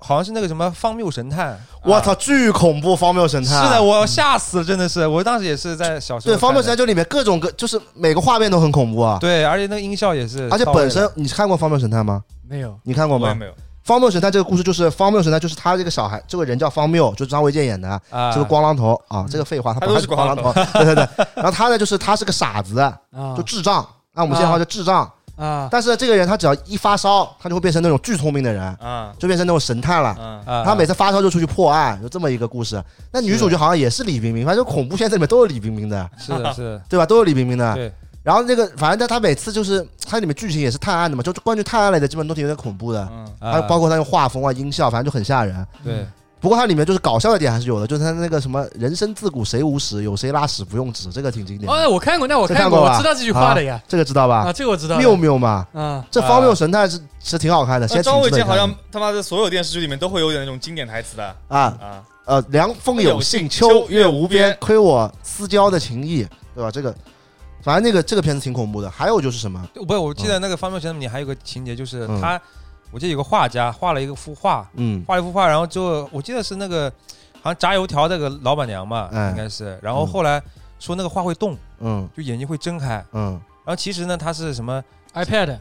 好像是那个什么荒谬神探， 我操，巨恐怖！荒谬神探是的，我吓死了，真的是，我当时也是在小时候。 对，荒谬神探就里面各种各，就是每个画面都很恐怖啊。 对，而且那个音效也是。 而且本身你看过荒谬神探吗？ 没有， 你看过吗？ 没有。 荒谬神探这个故事就是荒谬神探，就是他这个小孩，这个人叫荒谬，就是张卫健演的，啊、这个光榔头啊，这个废话，他不是光榔头，对对对。然后他呢，就是他是个傻子，就智障，按我们现在话就智障啊。但是这个人他只要一发烧，他就会变成那种巨聪明的人啊，就变成那种神探了。啊、他每次发烧就出去破案，就这么一个故事。那女主角好像也是李冰冰，反正恐怖片这里面都有李冰冰的， 是的，是， 对吧？都有李冰冰的。 对。 然后那个，反正他他每次就是它里面剧情也是探案的嘛，就关于探案类的基本都挺有点恐怖的，嗯，还有包括他用画风啊、音效，反正就很吓人。 对， 不过它里面就是搞笑的点还是有的，就是他那个什么“人生自古谁无死，有谁拉屎不用纸”，这个挺经典的。 哦，我看过，那我看过，我知道这句话的呀， 这个知道吧？ 啊，这个我知道。 谬谬嘛， 啊， 这荒谬神探是是挺好看的。 张卫健好像他妈的所有电视剧里面都会有点那种经典台词的啊啊呃，凉风有信，秋月无边，亏我私交的情谊，对吧？这个。反正那个这个片子挺恐怖的，还有就是什么？ 不是，我记得那个《荒谬神探》里还有个情节，就是他，嗯、我记得有个画家画了一个幅画，嗯，画了一幅画，然后就我记得是那个好像炸油条那个老板娘嘛，哎、应该是，然后后来说那个画会动，嗯，就眼睛会睁开，嗯，然后其实呢，它是什么 iPad。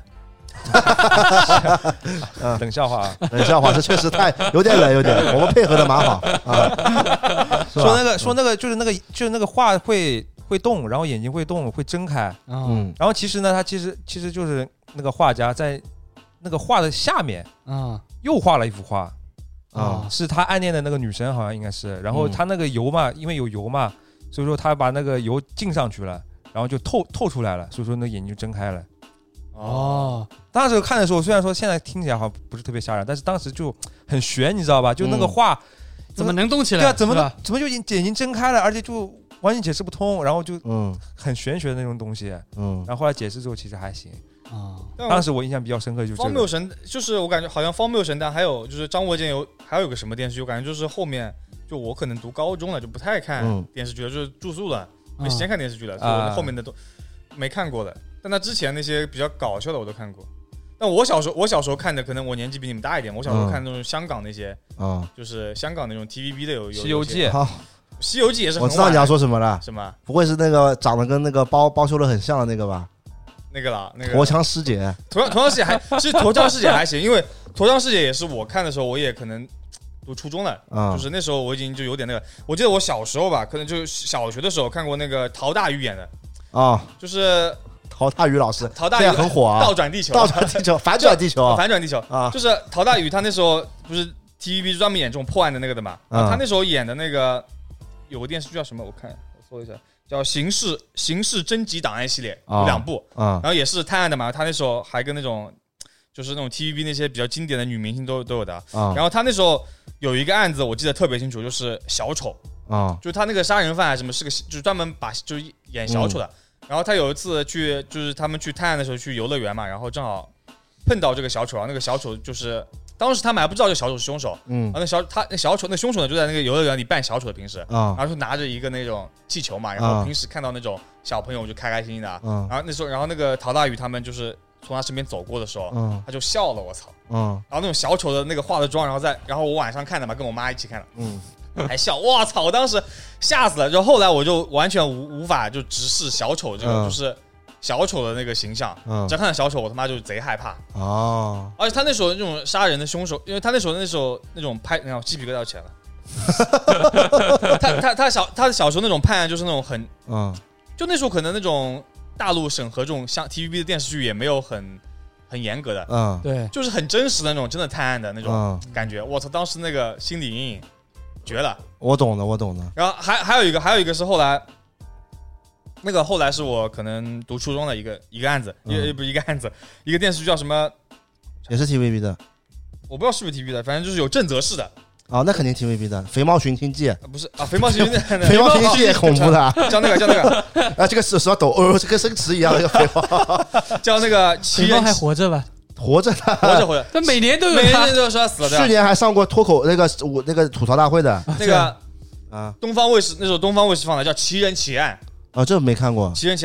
冷笑话啊， 冷笑话，这确实太有点冷，有点，我们配合的蛮好啊。 说那个，说那个，就是那个，就是那个画会。会动，然后眼睛会动，会睁开，嗯，然后其实呢，他其实其实就是那个画家在那个画的下面，啊，又画了一幅画，啊，是他暗恋的那个女生，好像应该是，然后他那个油嘛，因为有油嘛，所以说他把那个油浸上去了，然后就透透出来了，所以说那眼睛就睁开了。哦，当时看的时候，虽然说现在听起来好像不是特别吓人，但是当时就很悬，你知道吧？就那个画、 嗯、怎么能动起来？ 对啊，怎么怎么就眼睛睁开了，而且就。完全解释不通，然后就嗯很玄学的那种东西，嗯，然后后来解释之后其实还行啊。当时我印象比较深刻就是荒谬神，就是我感觉好像荒谬神探，还有就是张卫健有还有个什么电视剧，我感觉就是后面就我可能读高中了就不太看电视剧了，就是住宿了，没时间看电视剧了，所以我后面的都没看过的。但他之前那些比较搞笑的我都看过。但我小时候我小时候看的可能我年纪比你们大一点，我小时候看那种香港那些，嗯，就是香港那种 T V B 的有有《 西游记》。 西游记也是很晚， 我知道你要说什么了。 什么？ 不会是那个长得跟那个包包修的很像的那个吧？ 那个啦，那个驼枪师姐。 驼驼枪师姐还，其实驼枪师姐还行，因为驼枪师姐也是我看的时候，我也可能读初中了，嗯、就是那时候我已经就有点那个。我记得我小时候吧，可能就小学的时候看过那个陶大宇演的啊，哦、就是陶大宇老师， 陶大宇很火啊， 倒转地球， 倒转地球，反转地球， 反转地球啊，就是陶大宇他那时候不是 T V B 专门演这种破案的那个的嘛，嗯、他那时候演的那个。有个电视剧叫什么？我看我搜一下，叫《刑事刑事侦缉档案》系列，有两部，啊、然后也是探案的嘛。他那时候还跟那种就是那种 T V B 那些比较经典的女明星都都有的。啊、然后他那时候有一个案子，我记得特别清楚，就是小丑啊，就是他那个杀人犯什么是个，就是专门把就是演小丑的。嗯、然后他有一次去，就是他们去探案的时候去游乐园嘛，然后正好碰到这个小丑，然后那个小丑就是。当时他们还不知道这小丑是凶手，嗯，然后那小他那小丑那凶手呢就在那个游乐园里扮小丑的平时，啊，然后就拿着一个那种气球嘛，然后平时看到那种小朋友就开开心心的，嗯，然后那时候然后那个陶大宇他们就是从他身边走过的时候，嗯，他就笑了，我操，嗯，然后那种小丑的那个化的妆，然后在然后我晚上看的嘛，跟我妈一起看的，嗯，还笑，我操，我当时吓死了，然后后来我就完全无无法就直视小丑这个就是。小丑的那个形象，嗯，只要看到小丑，我他妈就贼害怕哦。而且他那时候那种杀人的凶手，因为他那时候那时候那种拍，然后鸡皮疙瘩起来了。他他他小他的小时候那种判案就是那种很，嗯，就那时候可能那种大陆审核这种像 T V B 的电视剧也没有很很严格的， 嗯，对， 就是很真实的那种真的探案的那种感觉。我操，当时那个心理阴影绝了。 我懂的，我懂的。 然后还还有一个还有一个是后来。那个后来是我可能读初中的一个一个案子，一个、嗯、不是一个案子，一个电视剧叫什么？ 也是 T V B 的， 我不知道是不是 T V B 的，反正就是有郑则仕的。 哦，那肯定 T V B 的《肥猫寻亲记》 不是啊，《肥猫寻亲记》 肥猫寻亲记也恐怖的、啊， 叫那个叫那个啊，这个手手抖，哦，这跟生词一样，这个肥猫叫那个肥猫还活着吧？ 活着呢， 活着活着， 他每年都有， 每年都有说他死了的。 去年还上过脱口那个我那个吐槽大会的那个啊，东方卫视那时候东方卫视放的叫《奇人奇案》。 啊、哦，这没看过。 奇人奇案，然后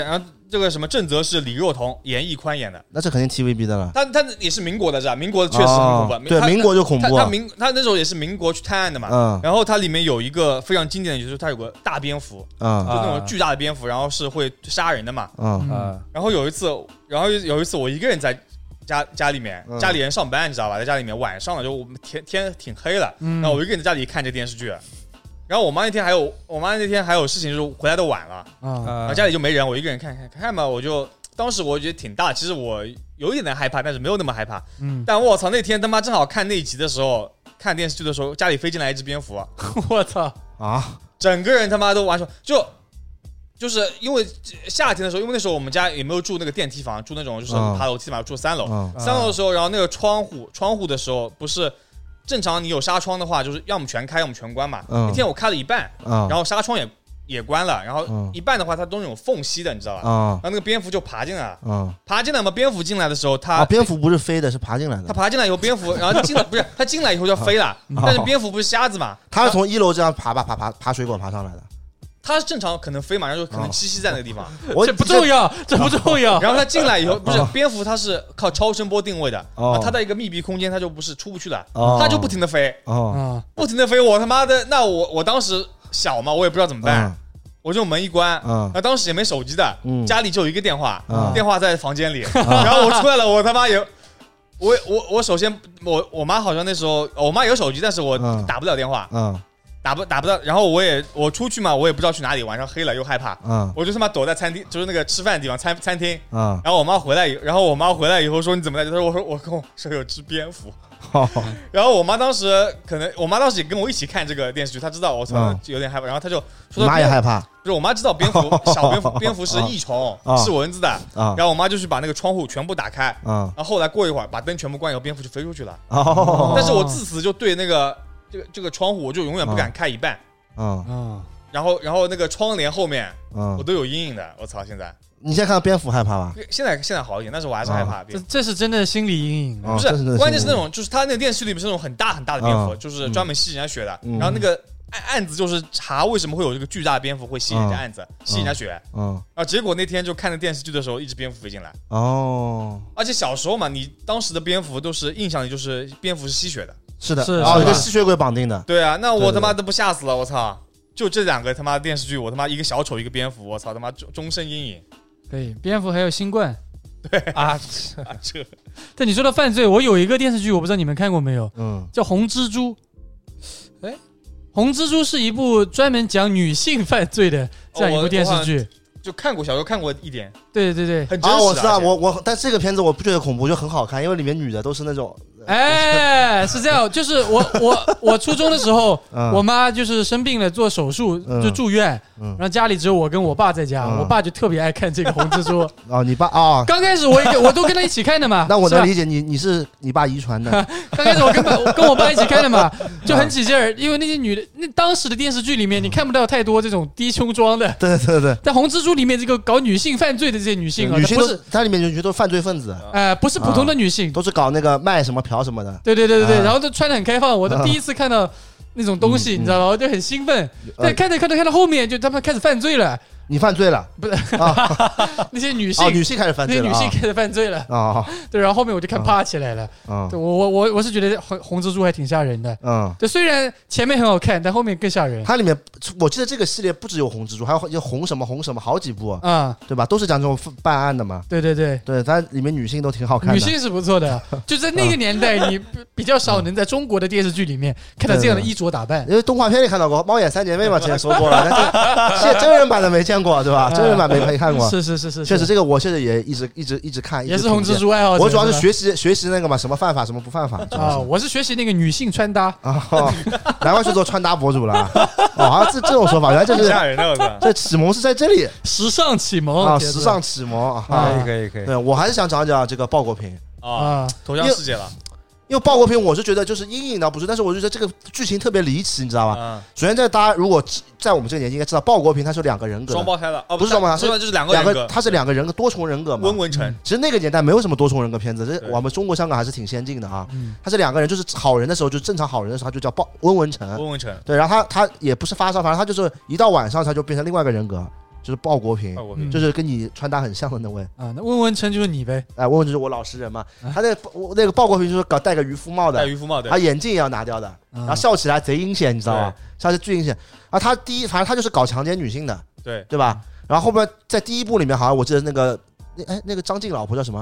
这个什么郑则仕、李若彤、严屹宽演的， 那这肯定 T V B 的了。 他他也是民国的，是吧？民国的确实很恐怖。 哦、对，民国就恐怖、 啊。他他民他那时候也是民国去探案的嘛。嗯。然后它里面有一个非常经典的，就是它有个大蝙蝠，嗯，就那种巨大的蝙蝠，然后是会杀人的嘛。嗯嗯。然后有一次，然后有一次我一个人在家家里面，家里人上班，你知道吧？在家里面晚上了，就我们天天挺黑了，嗯、然后我一个人在家里看这电视剧。然后我妈那天还有，我妈那天还有事情，就是回来的晚了，嗯，然后家里就没人，我一个人看看看嘛，我就当时我觉得挺大，其实我有一点害怕，但是没有那么害怕，嗯，但我操，那天他妈正好看那一集的时候，看电视剧的时候，家里飞进来一只蝙蝠， 我操啊，整个人他妈都完全就就是因为夏天的时候，因为那时候我们家也没有住那个电梯房，住那种就是爬楼梯嘛，住三楼，嗯、三楼的时候，然后那个窗户窗户的时候不是。正常你有纱窗的话，就是要么全开，要么全关嘛。嗯、那天我开了一半，嗯、然后纱窗也也关了，然后一半的话它都是那种缝隙的，你知道吧？嗯、然后那个蝙蝠就爬进来了，嗯、爬进来嘛，蝙蝠进来的时候，它、 啊、蝙蝠不是飞的，是爬进来的。 它爬进来以后，蝙蝠然后进来不是它进来以后就飞了，嗯、但是蝙蝠不是瞎子嘛？ 它是从一楼这样爬吧爬爬爬水管爬上来的。 它正常可能飞嘛，然后就可能栖息在那个地方。 哦、这不重要，这不重要。 然后它进来以后，不是蝙蝠，它是靠超声波定位的。哦。它在一个密闭空间，它就不是出不去的。哦。它就不停的飞。哦。不停的飞，我他妈的，那我我当时小嘛，我也不知道怎么办，嗯、我就门一关。嗯。那当时也没手机的，嗯、家里就有一个电话，嗯、电话在房间里。嗯、然后我出来了，我他妈也，我我我首先我我妈好像那时候我妈有手机，但是我打不了电话。嗯。打不打不到，然后我也我出去嘛，我也不知道去哪里，晚上黑了又害怕，嗯，我就他妈躲在餐厅，就是那个吃饭的地方，餐餐厅，嗯，然后我妈回来，然后我妈回来以后说你怎么在？她说我说我跟我说有只蝙蝠，哦、然后我妈当时可能我妈当时也跟我一起看这个电视剧，她知道我操、嗯、有点害怕，然后她就说妈也害怕， 不是我妈知道蝙蝠小蝙蝠蝙蝠是益虫，哦、是蚊子的，哦、然后我妈就去把那个窗户全部打开，嗯，然后后来过一会儿把灯全部关以后，蝙蝠就飞出去了，哦，但是我自此就对那个这个这个窗户我就永远不敢开一半。嗯嗯，然后然后那个窗帘后面，嗯，我都有阴影的。我操，现在你现在看到蝙蝠害怕吧？ 现在现在好一点，但是我还是害怕。 这这是真的心理阴影， 不是？关键是那种，就是他那个电视剧里面是那种很大很大的蝙蝠，就是专门吸人家血的。然后那个案案子就是查为什么会有这个巨大的蝙蝠会吸人家案子，吸人家血。嗯，然后结果那天就看那电视剧的时候，一只蝙蝠飞进来。哦，而且小时候嘛，你当时的蝙蝠都是印象里就是蝙蝠是吸血的。 是的，是啊，跟吸血鬼绑定的。 对啊，那我他妈都不吓死了，我操！就这两个他妈电视剧，我他妈一个小丑，一个蝙蝠，我操他妈终终身阴影。 可以，蝙蝠还有新冠。 对啊，这。但你说到犯罪，我有一个电视剧，我不知道你们看过没有？嗯，叫《红蜘蛛》。哎，《红蜘蛛》是一部专门讲女性犯罪的这样一部电视剧。 就看过，小时候看过一点。 对对对， 很真实。啊， 我知道，我我，但这个片子我不觉得恐怖，就很好看，因为里面女的都是那种。 哎，是这样，就是我我我初中的时候，嗯、我妈就是生病了，做手术就住院，嗯、然后家里只有我跟我爸在家，嗯、我爸就特别爱看这个红蜘蛛。 哦，你爸啊？ 刚开始我也我都跟他一起看的嘛。 那我能理解你，你是你爸遗传的。 刚开始我跟我跟我爸一起看的嘛，就很起劲儿，因为那些女的，那当时的电视剧里面你看不到太多这种低胸装的。 对对对。 在红蜘蛛里面，这个搞女性犯罪的这些女性啊， 女性都是它里面就觉得犯罪分子。 哎，不是普通的女性， 都是搞那个卖什么嫖什么的。 对对对。对对，然后都穿得很开放，我都第一次看到那种东西，你知道吗？我就很兴奋。但看着看着看到后面，就他们开始犯罪了。 你犯罪了？ 不是啊，那些女性， 女性开始犯罪了， 那些女性开始犯罪了啊。对，然后后面我就看怕起来了。嗯，我我我我是觉得红红蜘蛛还挺吓人的。嗯，对，虽然前面很好看，但后面更吓人。 它里面我记得这个系列不只有红蜘蛛，还有就红什么红什么好几部啊，对吧？都是讲这种办案的嘛。 对对对对，它里面女性都挺好看的。 女性是不错的，就在那个年代，你比较少能在中国的电视剧里面看到这样的衣着打扮。 因为动画片里看到过《猫眼三姐妹》嘛，之前说过了，但是现真人版的没见过，对吧？真人版没没看过。 是是是是， 确实这个我现在也一直一直一直看， 也是红蜘蛛爱好者。 我主要是学习学习那个嘛，什么犯法什么不犯法啊。我是学习那个女性穿搭啊，难怪去做穿搭博主了。哦，这这种说法，原来这是吓人的。 这启蒙是在这里， 时尚启蒙啊，时尚启蒙。 可以可以可以。 对，我还是想讲讲这个鲍国平啊，投向世界了。 因为鲍国平，我是觉得就是阴影倒不是，但是我就觉得这个剧情特别离奇，你知道吧？嗯、首先，在大家如果在我们这个年纪应该知道，鲍国平他是有两个人格， 双胞胎的，哦、 不是双胞胎， 是就是两个人格， 他是两个人格，多重人格嘛。 温文成， 其实那个年代没有什么多重人格片子，这我们中国香港还是挺先进的啊。嗯、他是两个人，就是好人的时候就正常好人的时候，他就叫鲍温文成， 温文成。 对，然后他他也不是发烧，反正他就是一到晚上他就变成另外一个人格。 就是鲍国平， 嗯、 就是跟你穿搭很像的那位啊。那温文成就是你呗？ 哎，温文成是我老实人嘛。啊、他那个那个鲍国平就是搞戴个渔夫帽的， 戴渔夫帽的， 他眼镜也要拿掉的，嗯、然后笑起来贼阴险，你知道吧？笑起来巨阴险。啊，他第一反正他就是搞强奸女性的， 对对吧？然后后面在第一部里面，好像我记得那个那哎那个张晋老婆叫什么？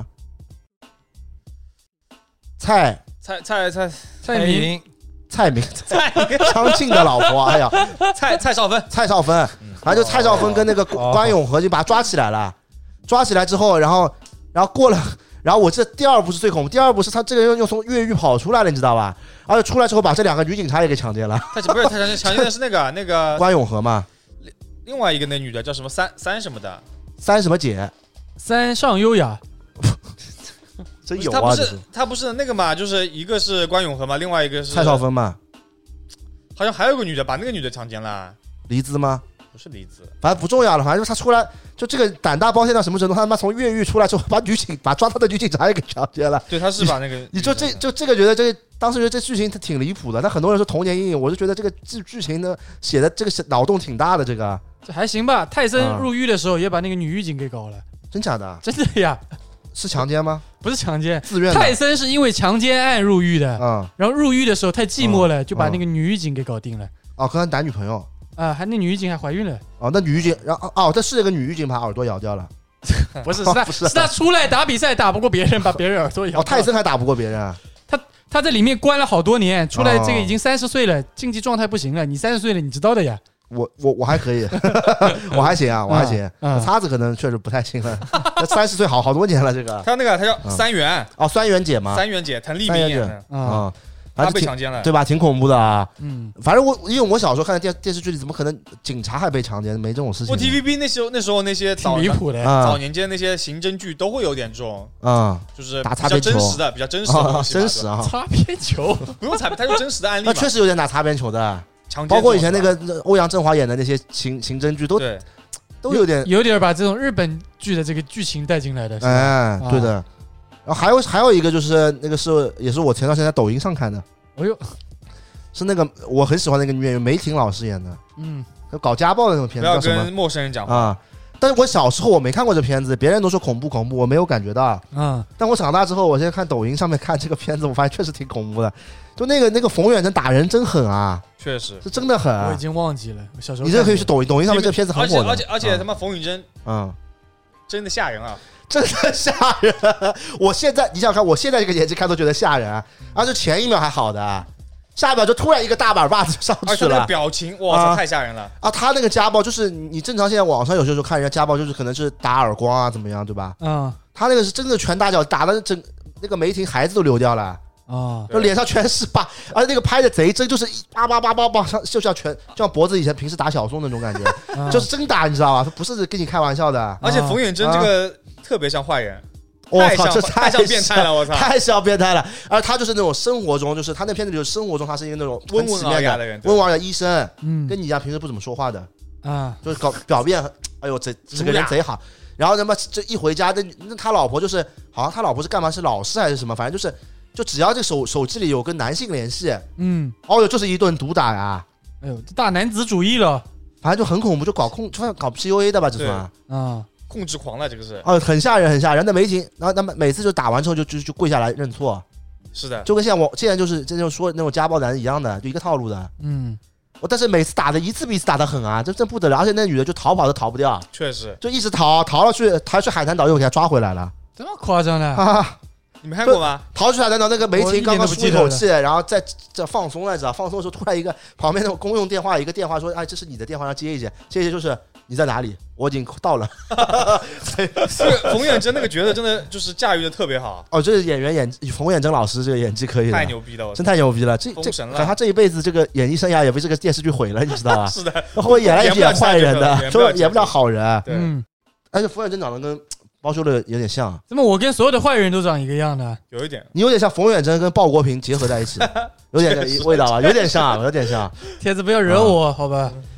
蔡蔡蔡蔡蔡明。 蔡明，蔡张晋的老婆，哎呀， 蔡蔡少芬， 蔡少芬，然后就蔡少芬跟那个关咏荷就把他抓起来了，抓起来之后，然后，然后过了，然后我这第二部是最恐怖，第二部是他这个人又从越狱跑出来了，你知道吧？而且出来之后把这两个女警察也给强奸了。 他不是他强奸，强奸的是那个那个关咏荷嘛？ 另外一个那女的叫什么三三什么的？ 三什么姐？ 三上优雅。 真有啊！ 他不是他不是那个嘛，就是一个是关咏荷嘛，另外一个是蔡少芬嘛， 好像还有个女的把那个女的强奸了， 黎姿吗？ 不是黎姿， 反正不重要了，反正就他出来，就这个胆大包天到什么程度？他他妈从越狱出来之后，把女警把抓他的女警察也给强奸了。 对，他是把那个， 你就这就这个觉得这个当时觉得这剧情挺离谱的，但很多人说童年阴影，我就觉得这个剧剧情呢写的这个脑洞挺大的，这个这还行吧。泰森入狱的时候也把那个女狱警给搞了， 真假的？ 真的呀。 是强奸吗？ 不是强奸， 自愿。 泰森是因为强奸案入狱的， 嗯， 然后入狱的时候太寂寞了， 嗯、 就把那个女狱警给搞定了。 哦，跟他男女朋友啊，还那女狱警还怀孕了。 哦，那女狱警，然后哦，这是一个女狱警把耳朵咬掉了， 不是，是他，是他出来打比赛打不过别人，把别人耳朵咬掉。 哦，泰森还打不过别人啊？ 他他在里面关了好多年，出来这个已经三十岁了，竞技状态不行了。你三十岁了，你知道的呀。 我我我还可以，我还行啊，我还行。嗯、叉子可能确实不太行了，三十岁好好多年了。这个他那个他叫三元、 嗯、哦，三元姐嘛， 三元姐，谭丽萍演的啊， 他被强奸了， 对吧？挺恐怖的啊。 嗯， 反正我因为我小时候看的电电视剧里，怎么可能警察还被强奸？没这种事情。 我 T V B 那时候那时候那些早离谱的、 嗯、 早年间那些刑侦剧都会有点这种， 嗯， 就是打擦边球， 比较真实的，比较真实的东西、 哦，真实啊， 擦边球不用擦边，他有真实的案例嘛。 那确实有点打擦边球的。包括以前那个欧阳震华演的那些刑刑侦剧，都都有点有点把这种日本剧的这个剧情带进来的。 哎，对的。然后还有还有一个就是那个是也是我前段时间在抖音上看的， 哎呦， 是那个我很喜欢那个女演员梅婷老师演的， 嗯， 搞家暴的那种片子， 不要跟陌生人讲话啊。但是我小时候我没看过这片子，别人都说恐怖恐怖，我没有感觉到。 嗯， 但我长大之后，我现在看抖音上面看这个片子，我发现确实挺恐怖的。就那个那个冯远征打人真狠啊， 确实是真的狠、啊。 我已经忘记了，我小时候你这可以去抖音，抖音上面这片子很火的。 而且而且而且他妈冯远征，嗯，真的吓人啊， 真的吓人。我现在你想想看，我现在这个年纪看都觉得吓人，而且前一秒还好的。下一秒就突然一个大板把子就上去了， 而且那个表情，哇操，太吓人了啊！他那个家暴就是你正常现在网上有些时候看人家家暴就是可能是打耳光啊怎么样，对吧？ 嗯， 他那个是真的拳打脚，打的整那个梅婷孩子都流掉了啊，就脸上全是疤，而且那个拍的贼真，就是叭叭叭叭叭，像就像拳，就像脖子以前平时打小宋那种感觉，啊、就是真打，你知道吧？他不是跟你开玩笑的。 而且冯远征这个、啊、特别像坏人。 我操，这太像变态了！我操， 太像变态了。而他就是那种生活中，就是他那片子就是生活中，他是一个那种温文尔雅的人， 温文尔雅医生， 嗯， 跟你一样，平时不怎么说话的啊， 就是搞表面，哎呦，这这个人贼好。然后他妈这一回家，那那他老婆就是，好像他老婆是干嘛？是老师还是什么？反正就是，就只要这手手机里有跟男性联系， 嗯， 哦呦，就是一顿毒打呀！ 哎呦，这大男子主义了， 反正就很恐怖，就搞控，就搞 P U A 的吧，这算啊。 控制狂了，这个是哦，很吓人，很吓人。那梅婷，然后那么每次就打完之后就就就跪下来认错， 是的， 就跟现在我现在就是这就说那种家暴男一样的，就一个套路的。 嗯， 我但是每次打的一次比一次打的狠啊，这真不得了。而且那女的就逃跑都逃不掉， 确实， 就一直逃，逃了去，逃去海南岛又给他抓回来了， 这么夸张的啊？ 你没看过吗？ 逃去海南岛，那个梅婷刚刚舒一口气，然后在这放松了，知道？放松的时候，突然一个旁边那种公用电话，一个电话说：“哎，这是你的电话，要接一接。”接一接就是你在哪里？我已经到了。 这个冯远征那个角色真的就是驾驭的特别好。 哦，这是演员演冯远征老师这个演技可以， 太牛逼了， 真太牛逼了！这这他这一辈子这个演艺生涯也被这个电视剧毁了，你知道吧？ 是的， 后面演来演坏人的，说演不了好人。 对， 而且冯远征长得跟包修乐有点像。 怎么我跟所有的坏人都长一个样的？ 有一点， 你有点像冯远征跟鲍国平结合在一起，有点味道吧？有点像，有点像。 铁子不要惹我，好吧？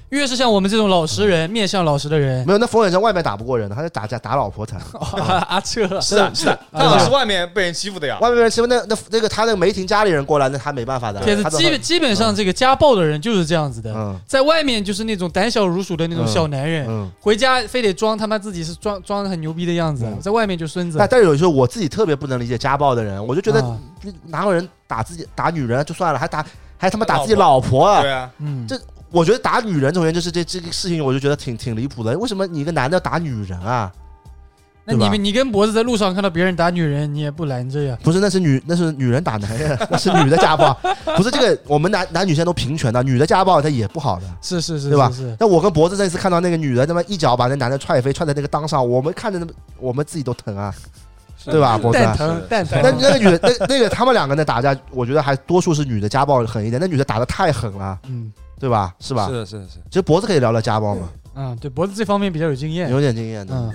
越是像我们这种老实人，面向老实的人， 没有那冯远征外面打不过人的，他就打架打老婆才。 阿彻是啊是啊，他老是外面被人欺负的呀。 外面被人欺负，那那那个他那个梅婷家里人过来，那他没办法的。 铁子基本基本上这个家暴的人就是这样子的， 嗯、 在外面就是那种胆小如鼠的那种小男人，嗯嗯、回家非得装他妈自己是装装的很牛逼的样子，嗯、在外面就孙子。 但但是有时候我自己特别不能理解家暴的人，我就觉得、啊、哪有人打自己打女人就算了，还打还他妈打自己老婆啊？ 对啊， 嗯，这。我觉得打女人这种人，就是这这个事情，我就觉得挺挺离谱的。为什么你一个男的打女人啊？ 那你们你跟脖子在路上看到别人打女人，你也不拦着呀？ 不是，那是女那是女人打男人，那是女的家暴。不是这个，我们男男女现在都平权的，女的家暴它也不好的。 是是是， 对吧？ 是。 那我跟脖子那次看到那个女的，他妈一脚把那男的踹飞，踹在那个裆上，我们看着那我们自己都疼啊。对吧？脖子蛋疼，蛋疼。 那那个女的，那那个他们两个人打架，我觉得还多数是女的家暴狠一点。那女的打得太狠了，嗯，对吧？是吧？ 是是是。 其实脖子可以聊聊家暴嘛？ 嗯，对，脖子这方面比较有经验， 有点经验的。嗯，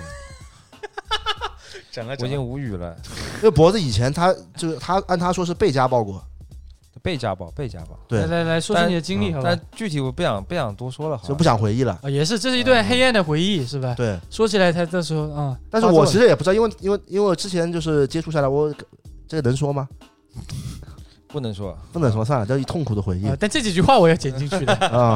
整了， 我已经无语了。 因为脖子以前他就是他按他说是被家暴过， 被家暴，被家暴。 对， 来来来说说你的经历，好吧？ 但具体我不想不想多说了， 就不想回忆了。 啊，也是，这是一段黑暗的回忆，是吧？ 对， 说起来他这时候啊， 但是我其实也不知道，因为因为因为我之前就是接触下来，我这个能说吗？ 不能说， 不能说，算了，这是痛苦的回忆。 但这几句话我要剪进去的啊。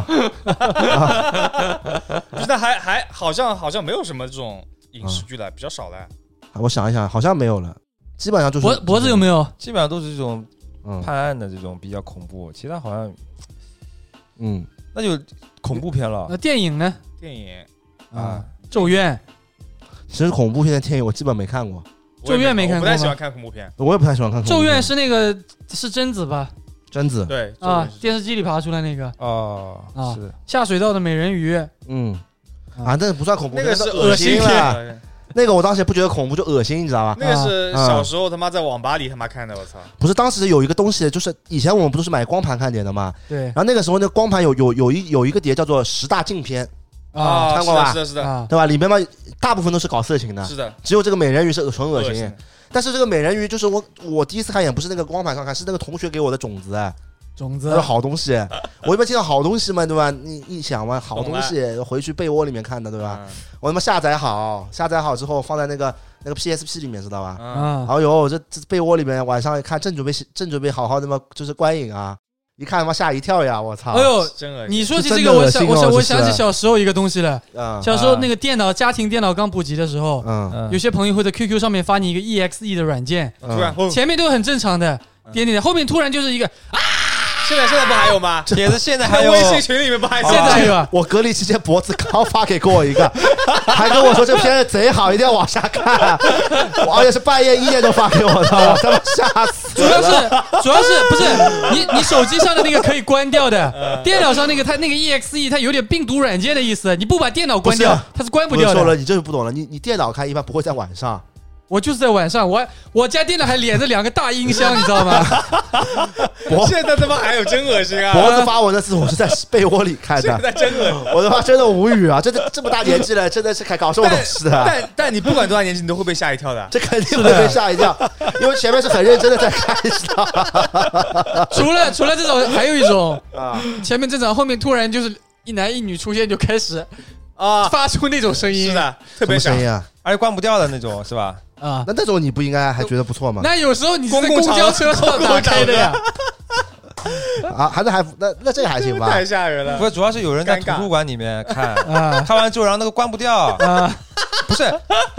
不是，那还还好像好像没有什么这种影视剧了，比较少了。 我想一想，好像没有了，基本上就是脖脖子有没有？ 基本上都是这种判案的这种比较恐怖，其他好像，嗯，那就恐怖片了。 那电影呢？ 电影啊，咒怨。 其实恐怖片的电影我基本没看过。 咒怨没看过， 我不太喜欢看恐怖片。 我也不太喜欢看恐怖片。 咒怨是那个是贞子吧？ 贞子对啊，电视机里爬出来那个哦啊，是下水道的美人鱼。 嗯啊，那不算恐怖片， 那个是恶心了。那个我当时也不觉得恐怖，就恶心，你知道吧？ 那个是小时候他妈在网吧里他妈看的，我操！ 不是，当时有一个东西，就是以前我们不是买光盘看碟的嘛？ 对。 然后那个时候那光盘有有有一有一个碟叫做十大禁片啊， 看过吧？ 是的，是的， 对吧？里面嘛，大部分都是搞色情的， 是的， 只有这个美人鱼是纯恶心。但是这个美人鱼就是我我第一次看也不是那个光盘上看，是那个同学给我的种子， 种子是好东西。我一般听到好东西嘛，对吧？你一想嘛，好东西回去被窝里面看的，对吧？嗯、我他妈下载好，下载好之后放在那个那个 P S P 里面，知道吧？嗯，然后有这这被窝里面晚上看，正准备正准备好好的嘛，就是观影啊。一看他妈吓一跳呀！我操！ 哎呦，你说起这个，我想我想我想起小时候一个东西了。嗯，小时候那个电脑家庭电脑刚普及的时候，嗯，有些朋友会在 Q Q 上面发你一个 E X E 的软件， 突然前面都很正常的，点点点，后面突然就是一个啊！ 现在现在不还有吗？ 也是现在还有， 微信群里面不还有？ 现在还有啊！ 我隔离期间脖子刚发给过我一个，还跟我说这片子贼好，一定要往下看，而且是半夜一点都发给我的，我他妈吓死！ 主要是主要是不是你你手机上的那个可以关掉的，电脑上那个它那个 E X E 它有点病毒软件的意思，你不把电脑关掉，它是关不掉的。 说了，你这就不懂了，你你电脑看一般不会在晚上。 我就是在晚上，我我家电脑还连着两个大音箱，你知道吗？ 现在他妈还有真恶心啊！ 脖子发文的次我是在被窝里看的， 现在真恶心， 我他妈真的无语啊！真的这么大年纪了，真的是开搞这种东西的。 但但你不管多大年纪，你都会被吓一跳的。 这肯定会被吓一跳，因为前面是很认真的在看，知道吗？ 除了除了这种，还有一种啊，前面正常，后面突然就是一男一女出现，就开始啊发出那种声音， 是的，特别声音啊， 而且关不掉的那种，是吧？ 啊， 那那种你不应该还觉得不错吗？ 那有时候你是在公交车上打开的呀。 啊，还是还那那这个还行吧？ 太吓人了。 不是，主要是有人在图书馆里面看，啊、看完之后，然后那个关不掉啊，不是，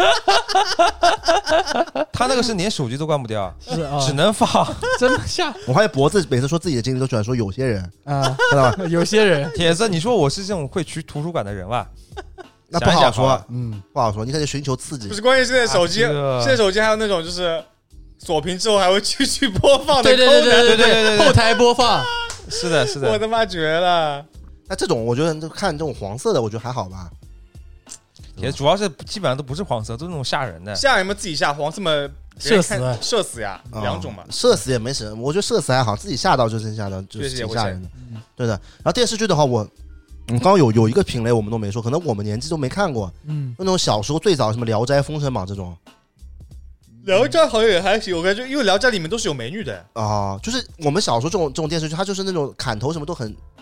他那个是连手机都关不掉， 是啊， 只能放。 真吓！ 我发现脖子每次说自己的经历都喜欢说有些人啊，知道吧？有些人， 铁子，你说我是这种会去图书馆的人吧？ 那不好说，嗯，不好说。你可以寻求刺激。 不是，关键现在手机，现在手机还有那种就是锁屏之后还会继续播放的， 对对对对对对，后台播放。 是的，是的， 我他妈绝了。 那这种我觉得看这种黄色的，我觉得还好吧。 也主要是基本上都不是黄色，都是那种吓人的。 吓人嘛，自己吓；黄色嘛， 射死， 射死呀，两种嘛。 射死也没事，我觉得射死还好，自己吓到就是吓到，就是挺吓人的。对的。然后电视剧的话，我。嗯，刚刚有有一个品类我们都没说，可能我们年纪都没看过。嗯，那种小时候最早什么《聊斋》《封神榜》这种， 《聊斋》好像也还行，我感觉，因为《聊斋》里面都是有美女的啊。就是我们小时候这种这种电视剧，它就是那种砍头什么都很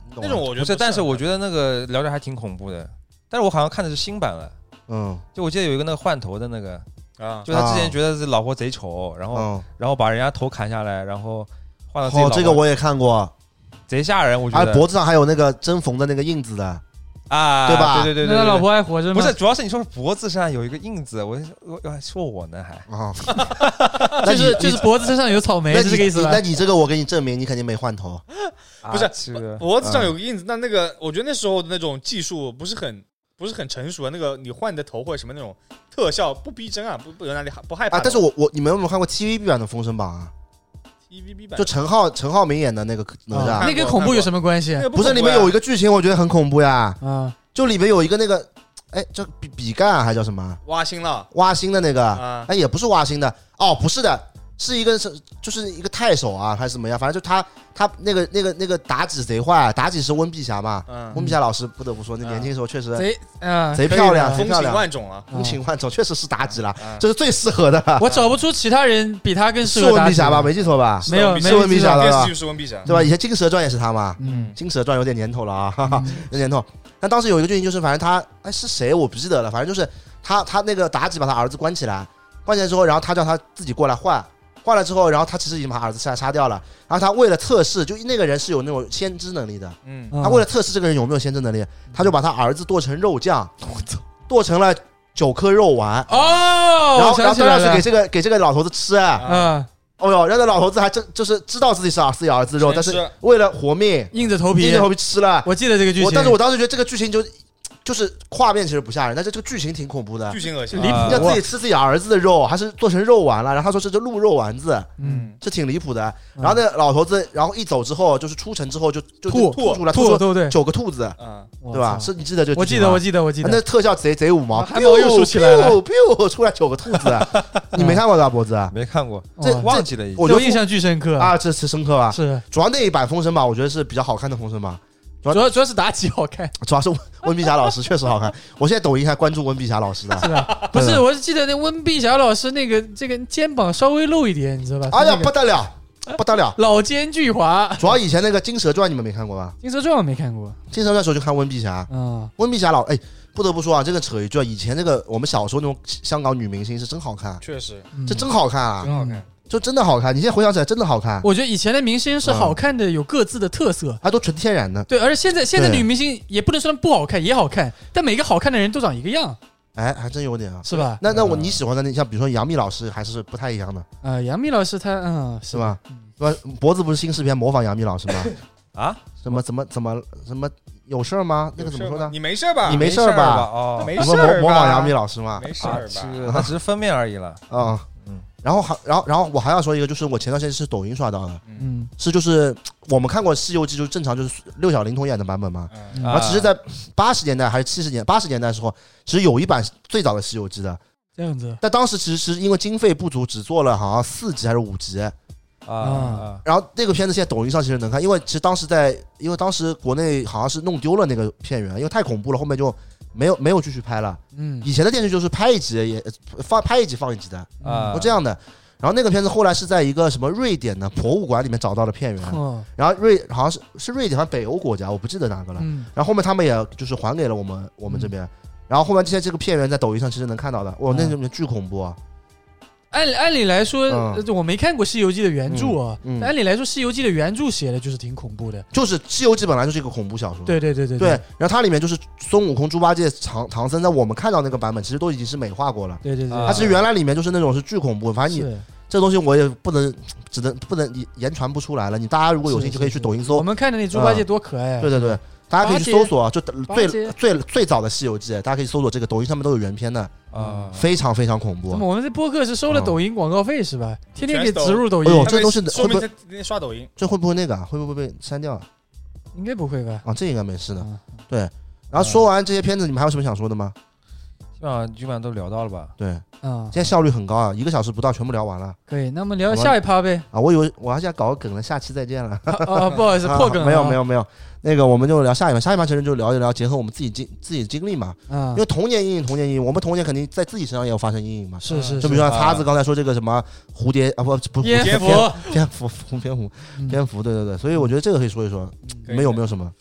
那种我觉得不是，但是我觉得那个聊着还挺恐怖的。但是我好像看的是新版了， 嗯， 就我记得有一个那个换头的那个啊， 就他之前觉得是老婆贼丑，然后、 嗯、 然后把人家头砍下来，然后换到自己老婆。 哦，这个我也看过， 贼吓人，我觉得。 而脖子上还有那个针缝的那个印子的。 啊， 对吧？ 对对对对， 那老婆还活着吗？ 不是，主要是你说脖子上有一个印子，我我还说我呢还啊， 就是就是脖子身上有草莓，是这个意思吧？ 那你这个我给你证明，你肯定没换头。 不是，脖子上有个印子，那那个我觉得那时候的那种技术不是很不是很成熟啊。那个你换你的头或者什么那种特效不逼真啊，不不有哪里不害怕啊？但是我我你们有没有看过 T V B 版的《封神榜》啊 ？T V B 版就陈浩陈浩民演的那个哪吒， 那跟恐怖有什么关系？ 不是，里面有一个剧情，我觉得很恐怖呀。 啊， 就里面有一个那个，哎，叫比比干还叫什么？ 挖心了， 挖心的那个， 啊、 哎，也不是挖心的，哦，不是的，是一个是就是一个太守啊，还是怎么样？反正就他他那个那个那个妲己贼坏，妲己是温碧霞嘛，嗯、温碧霞老师不得不说，那年轻时候确实贼啊贼漂亮， 风情漂亮， 万种了， 风情万种，确实是妲己了，这是最适合的。 我找不出其他人比他更适合。 是温碧霞吧？没记错吧？ 没有， 是温碧霞的吧？ 是温碧霞， 对吧？以前《金蛇传》也是他嘛， 嗯， 《金蛇传》有点年头了啊，哈哈，有年头。但当时有一个剧情，就是反正他哎是谁我不记得了，反正就是他他那个妲己把他儿子关起来，关起来之后，然后他叫他自己过来换。换了之后，然后他其实已经把儿子杀杀掉了。然后他为了测试，就那个人是有那种先知能力的，嗯，他为了测试这个人有没有先知能力，他就把他儿子剁成肉酱，剁成了九颗肉丸哦， 然后然后当时给这个给这个老头子吃， 嗯， 哦哟，然后老头子还真就是知道自己是自己儿子肉，但是为了活命， 硬着头皮硬着头皮吃了。 我记得这个剧情， 但是我当时觉得这个剧情就。就是画面其实不吓人，但是这个剧情挺恐怖的， 剧情恶心， 离谱。要自己吃自己儿子的肉，还是做成肉丸了？然后他说这是鹿肉丸子，嗯，这挺离谱的。然后那老头子，然后一走之后，就是出城之后就就吐吐出来， 吐吐对， 九个兔子，嗯，对吧？是你记得这个？ 我记得，我记得，我记得。 那特效贼贼五毛， 汗毛又竖起来了， 出来九个兔子，你没看过吧，脖子？ 没看过， 这忘记了， 我就印象巨深刻啊，这次深刻吧？ 是， 主要那一版《封神榜》，我觉得是比较好看的《封神榜》。 主要主要是妲己好看， 主要是温碧霞老师确实好看。我现在抖音还关注温碧霞老师的， 是吧？不是，我是记得那温碧霞老师那个这个肩膀稍微露一点，你知道吧？ 哎呀，不得了，不得了， 老奸巨猾。 主要以前那个《金蛇传》你们没看过吧？ 《金蛇传》我没看过，《 金蛇传》时候就看温碧霞。嗯，温碧霞老哎，不得不说啊，这个扯一句啊，以前那个我们小时候那种香港女明星是真好看， 确实， 这真好看啊， 真好看。 就真的好看，你现在回想起来真的好看。 我觉得以前的明星是好看的，有各自的特色， 还都纯天然的。 对，而且现在现在女明星也不能说不好看，也好看，但每个好看的人都长一个样。 哎，还真有点啊， 是吧？ 那那我你喜欢的那像比如说杨幂老师还是不太一样的啊。杨幂老师她嗯是吧？不，脖子不是新视频模仿杨幂老师吗？ 啊？ 什么怎么怎么什么有事吗？那个怎么说呢？ 你没事吧？ 你没事吧？ 哦， 没事吧？ 模仿杨幂老师吗？ 没事吧？ 他只是封面而已了啊。然后还，然后，然后我还要说一个，就是我前段时间是抖音刷到的，嗯，是就是我们看过《西游记》，就是正常就是六小龄童演的版本嘛，嗯、然后其实，在八十年代还是七十年八十年代的时候，其实有一版最早的《西游记》的， 这样子， 但当时其实是因为经费不足，只做了好像四集还是五集啊，然后那个片子现在抖音上其实能看，因为其实当时在，因为当时国内好像是弄丢了那个片源，因为太恐怖了，后面就。没有没有继续拍了，嗯，以前的电视就是拍一集也放拍一集放一集的啊，都这样的。然后那个片子后来是在一个什么瑞典的博物馆里面找到了片源，嗯、然后瑞好像是是瑞典还是北欧国家，我不记得哪个了。嗯、然后后面他们也就是还给了我们我们这边，嗯、然后后面现在这个片源在抖音上其实能看到的，哇，那里面巨恐怖啊！ 按按理来说，嗯、我没看过《西游记》的原著啊。嗯嗯、按理来说，《西游记》的原著写的就是挺恐怖的。 就是《西游记》本来就是一个恐怖小说。 对对对对对。然后它里面就是孙悟空、猪八戒、唐唐僧，在我们看到那个版本，其实都已经是美化过了。 对对对。 它其实原来里面就是那种是巨恐怖，反正你这东西我也不能，只能不能言传不出来了。你大家如果有兴趣，可以去抖音搜。 我们看的那猪八戒多可爱啊！ 对对对。大家可以去搜索，就最最最早的《西游记》，大家可以搜索这个，抖音上面都有原片的啊，非常非常恐怖。 我们这播客是收了抖音广告费是吧？天天给植入抖音。 哎呦，这都是会不会刷抖音？ 这会不会那个？会不会被删掉？ 应该不会吧？ 啊，这应该没事的。对，然后说完这些片子，你们还有什么想说的吗？ 基本上基本上都聊到了吧？ 对，嗯，现在效率很高啊，一个小时不到全部聊完了。 可以，那我们聊下一趴呗。 啊，我以为我还想搞个梗了，下期再见了。 啊，不好意思，破梗了。 没有没有没有，那个我们就聊下一趴，下一趴其实就聊一聊结合我们自己经自己的经历嘛。嗯，因为童年阴影，童年阴影，我们童年肯定在自己身上也有发生阴影嘛。 是是。 就比如说叉子刚才说这个什么蝴蝶啊，不不蝙蝠蝙蝠蝙蝠蝙蝠蝙蝠，对对对，所以我觉得这个可以说一说，你们有没有什么？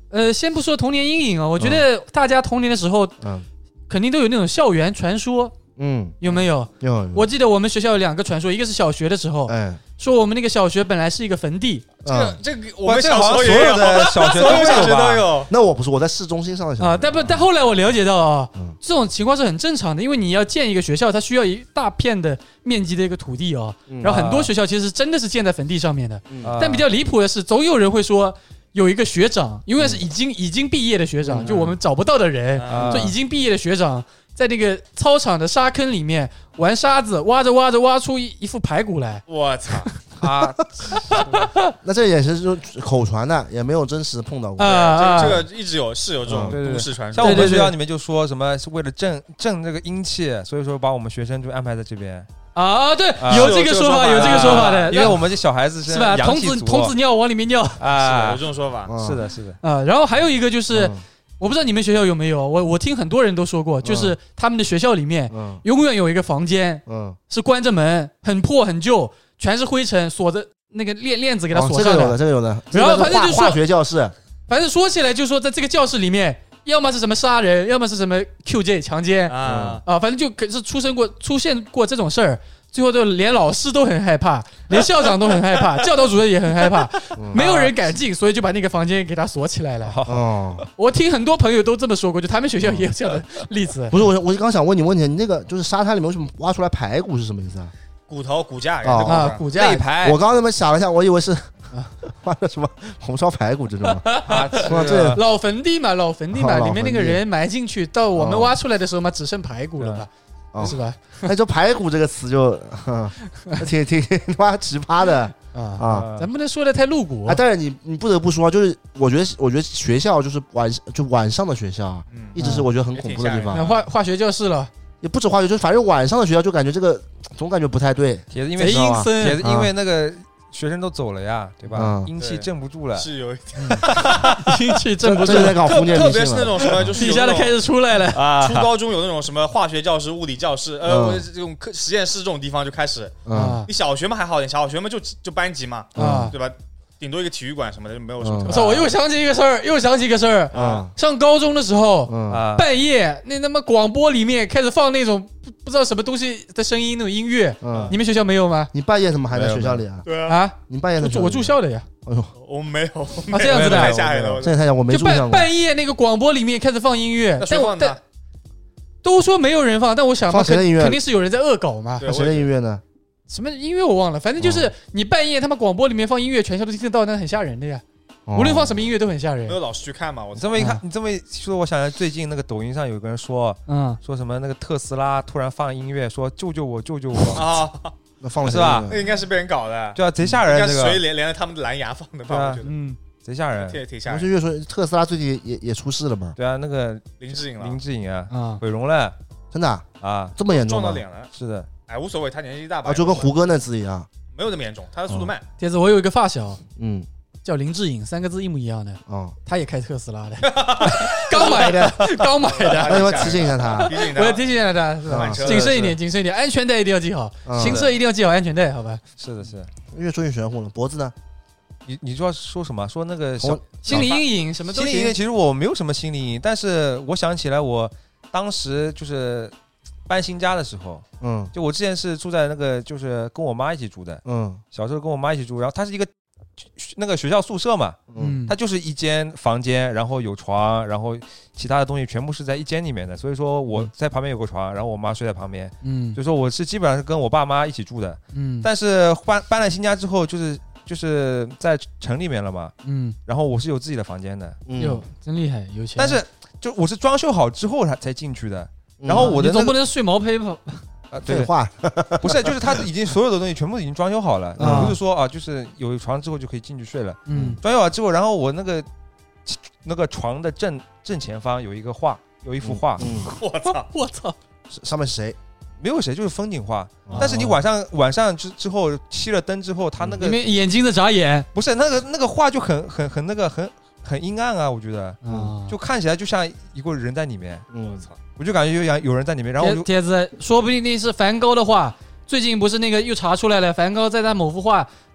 呃，先不说童年阴影啊，我觉得大家童年的时候， 嗯， 肯定都有那种校园传说， 嗯， 有没有？ 有。 我记得我们学校有两个传说，一个是小学的时候，哎，说我们那个小学本来是一个坟地， 这个这个我们小时候所有的小学所有小学都有。 那我不是，我在市中心上的小学啊，但不，但后来我了解到啊，这种情况是很正常的，因为你要建一个学校，它需要一大片的面积的一个土地哦，然后很多学校其实真的是建在坟地上面的，但比较离谱的是，总有人会说。有一个学长，永远是已经已经毕业的学长，就我们找不到的人，就已经毕业的学长，在那个操场的沙坑里面玩沙子，挖着挖着挖出一一副排骨来。 我操！ 啊， 那这也是口传的，也没有真实碰到过。 啊，这个一直有是有这种都市传说。 像我们学校里面就说什么是为了正正这个阴气，所以说把我们学生就安排在这边。 啊，对，有这个说法，有这个说法的， 因为我们这小孩子是吧？童子童子尿往里面尿啊， 有这种说法。 是的，是的啊。然后还有一个就是，我不知道你们学校有没有，我我听很多人都说过，就是他们的学校里面永远有一个房间，嗯，是关着门，很破很旧，全是灰尘，锁着那个链链子给它锁上的。这个有的，这个有的。 然后反正就说化学教室， 反正说起来就说在这个教室里面。要么是什么杀人，要么是什么 Q J 强奸啊啊，反正就可是出生过出现过这种事儿，最后就连老师都很害怕，连校长都很害怕，教导主任也很害怕，没有人敢进，所以就把那个房间给他锁起来了。哦，我听很多朋友都这么说过，就他们学校也有这样的例子。 不是我，我刚想问你问题，你那个就是沙滩里面为什么挖出来排骨是什么意思啊？ 骨头、骨架啊，骨架肋排。 我刚刚那么想了一下，我以为是。挖的什么红烧排骨这种啊？这老坟地嘛，老坟地嘛，里面那个人埋进去，到我们挖出来的时候嘛，只剩排骨了吧？哦、是吧？ 那就排骨这个词就挺挺挺妈奇葩的啊啊！咱不能说的太露骨啊。但是你你不得不说，就是我觉得我觉得学校就是晚就晚上的学校啊，嗯、一直是我觉得很恐怖的地方。 那化化学教室了。 也不止化学，就反正晚上的学校就感觉这个总感觉不太对。 铁子因为阴森， 铁子因为那个。学生都走了呀，对吧？嗯、阴气镇不住了， 是有一点阴气镇不住。 在搞封建迷信了， 特别是那种什么，就是底下的开始出来了啊。初高中有那种什么化学教室、物理教室，呃，嗯、这种课实验室这种地方就开始。啊、你小学嘛还好点，小学嘛就就班级嘛，啊、对吧？顶多一个体育馆什么的，就没有什么。 我操！我又想起一个事儿，又想起一个事儿。啊，上高中的时候，半夜那他妈广播里面开始放那种不不知道什么东西的声音，那种音乐。嗯，你们学校没有吗？ 你半夜怎么还在学校里啊？ 对啊， 你半夜在我住校的呀。 哎呦， 我们没有啊，这样子的， 太吓人了。 这也太吓，我没住校过。 半夜那个广播里面开始放音乐， 但我但都说没有人放，但我想放谁的音乐？ 肯定是有人在恶搞嘛。 放谁的音乐呢？ 什么音乐我忘了，反正就是你半夜他们广播里面放音乐，全校都听得到，那很吓人的呀。无论放什么音乐都很吓人。 没有老师去看嘛？我你这么一看，你这么一说，我想起最近那个抖音上有个人说，嗯，说什么那个特斯拉突然放音乐，说救救我，救救我啊！ 那放了是吧？ 那应该是被人搞的。 对啊，贼吓人。这个谁连连着他们的蓝牙放的吧？我觉得， 嗯，贼吓人， 挺挺吓人。 不是越说特斯拉最近也也出事了吗？ 对啊，那个林志颖了， 林志颖啊，毁容了， 真的啊， 这么严重？ 撞到脸了。 是的。 哎，无所谓，他年纪大吧？ 啊，就跟胡歌那次一样， 没有那么严重，他的速度慢。 铁子，我有一个发小， 嗯， 叫林志颖，三个字一模一样的，哦，他也开特斯拉的，刚买的，刚买的。 那你要提醒一下他， 我要提醒一下他，是吧？谨慎一点，谨慎一点，安全带一定要系好，行车一定要系好安全带，好吧？ 是的，是。 越说越玄乎了，脖子呢？ 你你说说什么？说那个小心理阴影什么？ 心理阴影其实我没有什么心理阴影，但是我想起来，我当时就是。搬新家的时候，嗯，就我之前是住在那个，就是跟我妈一起住的，嗯，小时候跟我妈一起住，然后它是一个那个学校宿舍嘛，嗯，它就是一间房间，然后有床，然后其他的东西全部是在一间里面的，所以说我在旁边有个床，然后我妈睡在旁边，嗯，所以说我是基本上是跟我爸妈一起住的，嗯，但是搬搬了新家之后，就是就是在城里面了嘛，嗯，然后我是有自己的房间的， 哟，真厉害，有钱， 但是就我是装修好之后才才进去的。然后我的、那个、 你总不能睡毛坯吧？ 啊，废话，不是，就是他已经所有的东西全部已经装修好了，嗯、不是说啊，就是有床之后就可以进去睡了。嗯，装修好之后，然后我那个那个床的正正前方有一个画，有一幅画。 嗯，我、嗯、操， 我操， 上面是谁？ 没有谁，就是风景画。哦、但是你晚上晚上之之后熄了灯之后，他那个里面眼睛在眨眼， 不是那个那个画就很很很那个很很阴暗啊，我觉得，嗯，就看起来就像一个人在里面。嗯，我操。我就感觉有有人在里面，然后帖子说不定那是梵高的画。最近不是那个又查出来了，梵高在他某幅画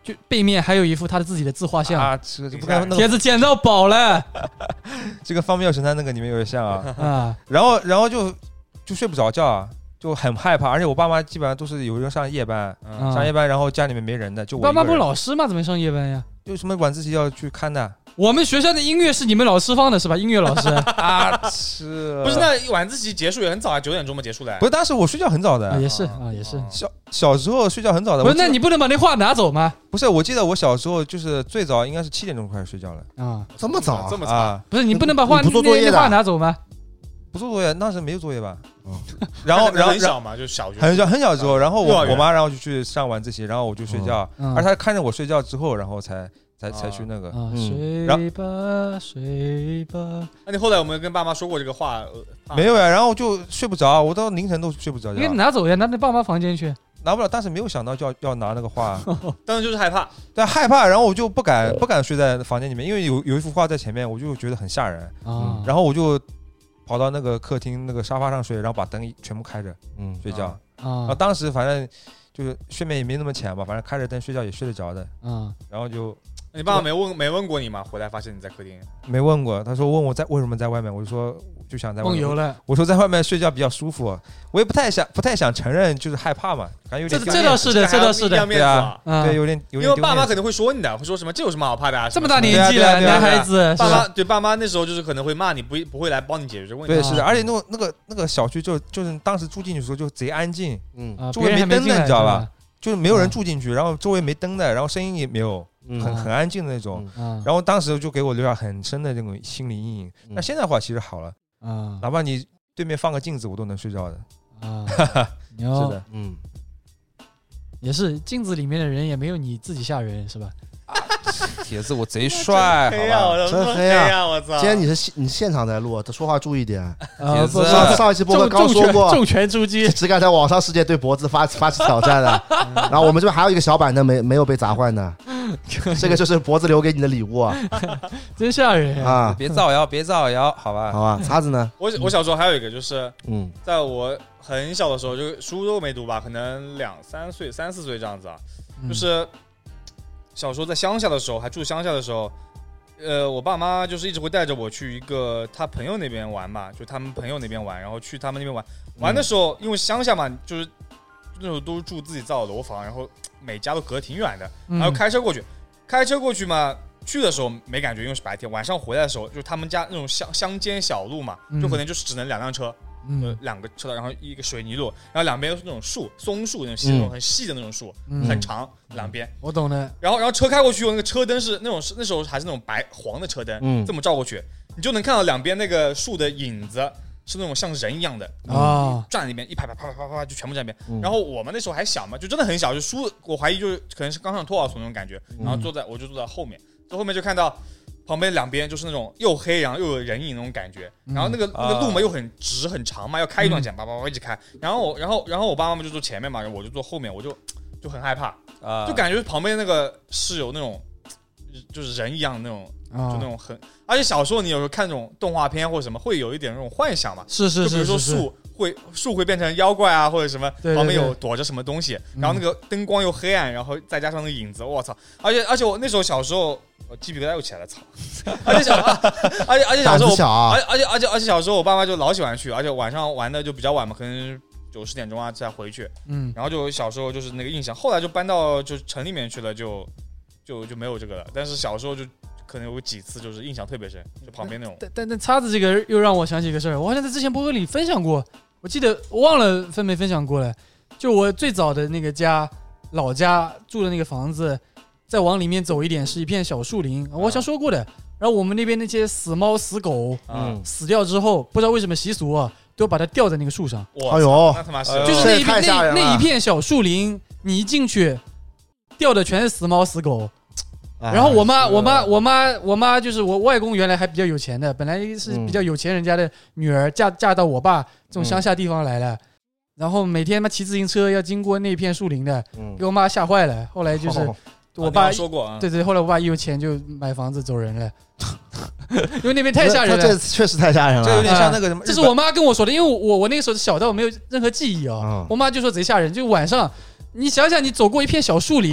就背面还有一幅他的自己的自画像啊，这个不跟帖子捡到宝了。 这个方妙神探那个里面有点像啊啊， 然后然后就就睡不着觉啊。就很害怕，而且我爸妈基本上都是有人上夜班，嗯、上夜班，然后家里面没人的，就我一个人。 爸妈不是老师吗？怎么上夜班呀？ 有什么晚自习要去看的？ 我们学校的音乐是你们老师放的是吧？音乐老师啊，是不是？那晚自习结束也很早啊，九点钟嘛结束了。 不是，当时我睡觉很早的， 啊、也是啊，也是。 小小时候睡觉很早的。 不是，那你不能把那画拿走吗？ 不是，我记得我小时候就是最早应该是七点钟开始睡觉了啊，这么早， 这么早啊？ 不是，你不能把画不做作业的画拿走吗？ 不做作业，那时没有作业吧？嗯、然后然后很小嘛，就小学很小很小之后，然后我我妈然后就去上晚自习，然后我就睡觉， 嗯、 而她看着我睡觉之后，然后才才才去那个。 啊、嗯、睡吧睡吧。 那你后来有没有跟爸妈说过这个话？ 呃、没有呀，然后就睡不着，我到凌晨都睡不着觉。 你拿走呀，拿那爸妈房间去。 拿不了，但是没有想到就要要拿那个画， 当时就是害怕， 对，害怕，然后我就不敢不敢睡在房间里面，因为有有一幅画在前面，我就觉得很吓人啊，然后我就。跑到那个客厅那个沙发上睡，然后把灯全部开着，嗯，睡觉。啊，然后当时反正就是睡眠也没那么浅吧，反正开着灯睡觉也睡得着的。嗯，然后就你爸爸没问没问过你吗？回来发现你在客厅， 没问过。他说问我在为什么在外面，我就说就想在外面梦游了。 我说在外面睡觉比较舒服，我也不太想不太想承认，就是害怕嘛，感觉有点。 这这倒是的，这倒是的， 对啊，对，有点有点。 因为爸妈可能会说你的，会说什么这有什么好怕的啊？ 这么大年纪了，男孩子， 爸妈对爸妈那时候就是可能会骂你，不不会来帮你解决这个问题。 对，是的，而且那种那个那个小区就就是当时住进去的时候就贼安静，嗯，周围没灯的，你知道吧？就是没有人住进去，然后周围没灯的，然后声音也没有，很很安静的那种。然后当时就给我留下很深的这种心理阴影。那现在的话其实好了，啊，哪怕你对面放个镜子，我都能睡着的。啊，是的， 嗯，也是镜子里面的人也没有你自己吓人，是吧？ 铁子，我贼帅， 好吧， 真黑啊！我操！ 今天你是你现场在录，他说话注意点。 铁子， 上上一期播客刚说过， 重拳出击， 只敢在网上世界对脖子发发起挑战的。然后我们这边还有一个小板凳没没有被砸坏呢，这个就是脖子留给你的礼物啊！ 真吓人啊！ 别造谣，别造谣，好吧？ 好吧，叉子呢？ 我我小时候还有一个就是，嗯，在我很小的时候，就书都没读吧，可能两三岁、三四岁这样子啊，就是。小时候在乡下的时候，还住乡下的时候，呃，我爸妈就是一直会带着我去一个他朋友那边玩嘛，就他们朋友那边玩，然后去他们那边玩。玩的时候，因为乡下嘛，就是那时候都是住自己造的楼房，然后每家都隔挺远的，然后开车过去，开车过去嘛，去的时候没感觉，因为是白天，晚上回来的时候，就他们家那种乡乡间小路嘛，就可能就是只能两辆车。嗯，两个车道，然后一个水泥路，然后两边都是那种树，松树那种细、那种很细的那种树，嗯、很长，两边。 我懂的。 然后，然后车开过去，那个车灯是那种，那时候还是那种白黄的车灯，嗯，这么照过去，你就能看到两边那个树的影子是那种像人一样的啊，站在那边一排排啪啪啪啪就全部在那边。嗯、然后我们那时候还小嘛，就真的很小，就书我怀疑就是可能是刚上托儿所那种感觉，然后坐在我就坐在后面，坐后面就看到。旁边两边就是那种又黑然后又有人影那种感觉，然后那个、嗯、那个路嘛又很直很长嘛，要开一段线，叭叭叭一直开。然后我然后然后我爸妈们就坐前面嘛，我就坐后面，我就就很害怕，啊、就感觉旁边那个是有那种就是人一样的那种，啊、就那种很。而且小时候你有时候看那种动画片或者什么，会有一点那种幻想嘛， 是是是， 就比如说树会树会变成妖怪啊，或者什么旁边有躲着什么东西，然后那个灯光又黑暗，然后再加上那个影子，我操！而且而且我那时候小时候。我鸡皮疙瘩又起来了，操！而且小，而且而且小时候，而且而且而且而且小时候，我爸妈就老喜欢去，而且晚上玩的就比较晚嘛，可能九十点钟啊再回去。嗯，然后就小时候就是那个印象，后来就搬到就城里面去了，就就就没有这个了。但是小时候就可能有几次就是印象特别深，就旁边那种。 但但但叉子这个又让我想起一个事儿，我好像在之前播客里分享过，我记得我忘了分没分享过了。就我最早的那个家，老家住的那个房子。再往里面走一点是一片小树林，我想说过的。然后我们那边那些死猫死狗，嗯，死掉之后不知道为什么习俗啊，都把它吊在那个树上。 哎呦， 那他妈是就是那一片那那一片小树林，你一进去，吊的全是死猫死狗。然后我妈我妈我妈我妈就是我外公原来还比较有钱的，本来是比较有钱人家的女儿，嫁嫁到我爸这种乡下地方来了。然后每天嘛骑自行车要经过那片树林的，给我妈吓坏了。后来就是。我爸说过啊， 对对，后来我爸一有钱就买房子走人了，因为那边太吓人了。 这确实太吓人了， 这有点像那个什么。 这是我妈跟我说的，因为我我那个时候小到没有任何记忆啊、哦。嗯、我妈就说贼吓人，就晚上，你想想，你走过一片小树林，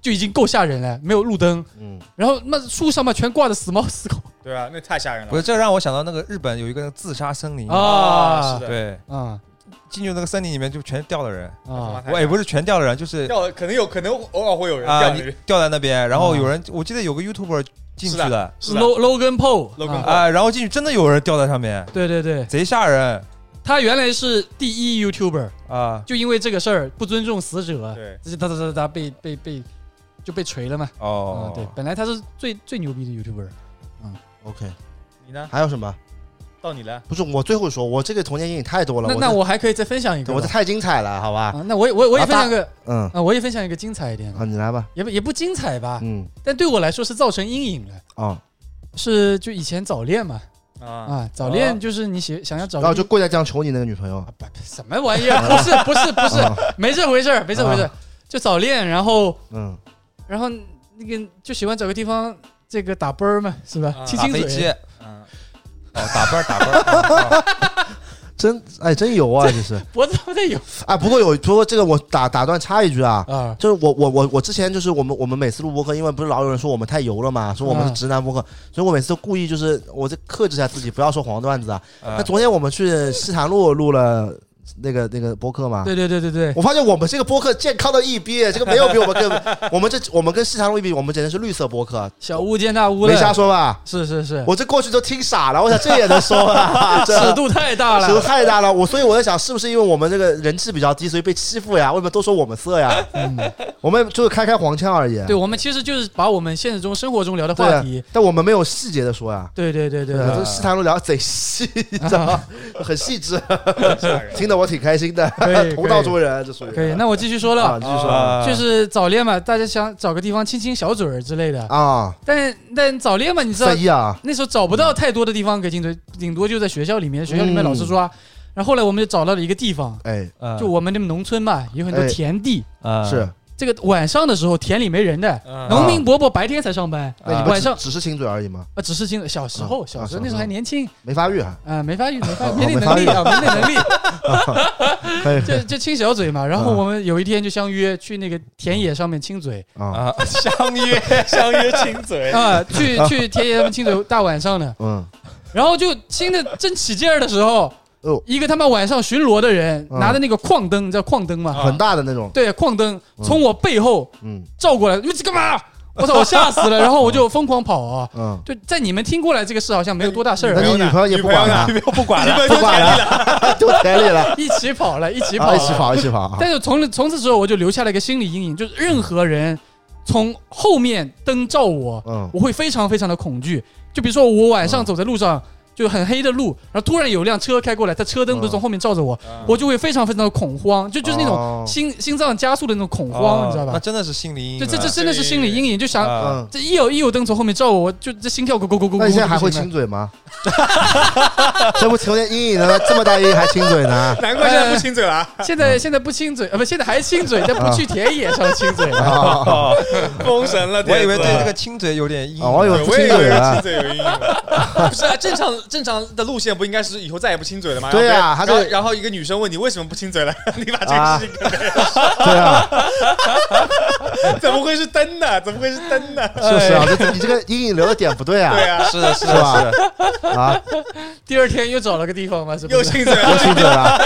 就已经够吓人了，没有路灯，嗯，然后那树上面全挂着死猫死狗， 对啊，那太吓人了。 不是，这让我想到那个日本有一个自杀森林啊， 是的， 对， 啊。 进去那个森林里面就全掉的人啊， 我也不是全掉的人，就是掉，可能有可能偶尔会有人掉、啊、 掉在那边，然后有人，我记得有个 YouTuber 进去的， 是 Logan Paul 啊，然后进去真的有人掉在上面， 对对对， 贼吓人。 他原来是第一 YouTuber 啊， 就因为这个事儿不尊重死者， 对， 这哒哒哒哒被被被就被锤了嘛。 哦、 嗯，对，本来他是最最牛逼的 YouTuber。 嗯 ，OK， 你呢？ 还有什么？ 到你了， 不是我最后说，我这个童年阴影太多了。 那那我还可以再分享一个， 我这太精彩了，好吧？ 啊、那我我我也分享一个， 嗯啊，我也分享一个精彩一点啊，你来吧。 也不也不精彩吧， 嗯， 但对我来说是造成阴影了。 哦， 是就以前早恋嘛， 啊啊，早恋就是你想想要找， 然后就跪在这样求你那个女朋友， 啊、不什么玩意儿？不是不是不是，没这回事儿，没这回事儿，就早恋，然后嗯，然后那个就喜欢找个地方这个打啵儿嘛，是吧？亲亲嘴。 哦，打啵打啵， 真哎真有啊，这是我怎么得有啊？不过有，不过这个我打打断插一句啊，啊就是我我我我之前就是我们我们每次录播客，因为不是老有人说我们太油了嘛，说我们是直男播客，啊、所以我每次都故意就是我在克制一下自己，不要说黄段子啊。那、啊、昨天我们去西坛路录了。那个那个播客嘛， 对对对对对， 我发现我们这个播客健康的一逼，这个没有比我们更，我们这我们跟西坛路一比，我们简直是绿色播客， 小巫见大巫， 没瞎说吧？ 是是是， 我这过去都听傻了，我想这也能说啊？ 尺度太大了， 尺度太大了，我所以我在想，是不是因为我们这个人气比较低，所以被欺负呀？为什么都说我们色呀？嗯，我们就是开开黄腔而已。 对，我们其实就是把我们现实中生活中聊的话题， 但我们没有细节的说呀。 对对对对， 这西坛路聊贼细，你知道吗？很细致，听得我挺开心的。同道中人，这属于可以。那我继续说了， 啊、继续说、啊， 就是早恋嘛，大家想找个地方亲亲小嘴儿之类的啊。但但早恋嘛，你知道， 啊、 那时候找不到太多的地方可以亲嘴，顶多就在学校里面，学校里面老师抓。嗯、然后后来我们就找到了一个地方，哎，就我们那农村嘛，有很多田地啊，哎、是。 这个晚上的时候田里没人的，农民伯伯白天才上班， 啊、 晚上只是亲嘴而已吗？ 啊，只是亲嘴。小时候，小时候那时候还年轻， 没发育啊， 啊，没发育，没发育，没那能力啊，没那能力，就就亲小嘴嘛。然后我们有一天就相约去那个田野上面亲嘴啊，相约相约亲嘴啊，去去田野上面亲嘴，大晚上的，嗯，然后就亲的正起劲儿的时候。一个他妈晚上巡逻的人拿着那个矿灯，你知道矿灯吗？ 很大的那种。 对，矿灯从我背后照过来，你们干嘛？我操！我吓死了，然后我就疯狂跑啊！嗯，就在你们听过来这个事好像没有多大事儿。 那你女朋友也不管了， 不管了， 不管了，丢田里了， 一起跑了，一起跑， 一起跑，一起跑。 但是从从此之后，我就留下了一个心理阴影，就是任何人从后面灯照我，我会非常非常的恐惧。就比如说我晚上走在路上。就很黑的路，然后突然有辆车开过来，他车灯不是从后面照着我，嗯、我就会非常非常的恐慌，就就是那种心、哦、心脏加速的那种恐慌， 哦、 你知道吧？ 那真的是心理阴影。 这这这真的是心理阴影，就想、嗯、这一有一有灯从后面照我，我就这心跳咕咕咕咕咕。 那你现在还会亲嘴吗？这不童年阴影呢，这么大阴影还亲嘴呢？ 难怪现在不亲嘴了。 现在现在不亲嘴，呃不，现在还亲嘴，但不去田野上亲嘴了。封神了， 我以为对这个亲嘴有点阴影， 我以为不亲嘴了，亲嘴有阴影。不是啊，正常正常的路线不应该是以后再也不亲嘴了吗？ 对啊， 然后然后一个女生问你为什么不亲嘴了，你把这个事情跟别人说。 对啊， 怎么会是灯呢？怎么会是灯呢？ 是是啊，这你这个阴影留的点不对啊。 对啊， 是的，是的，是的啊。 第二天又找了个地方嘛，是不是？ 又亲嘴了， 又亲嘴了。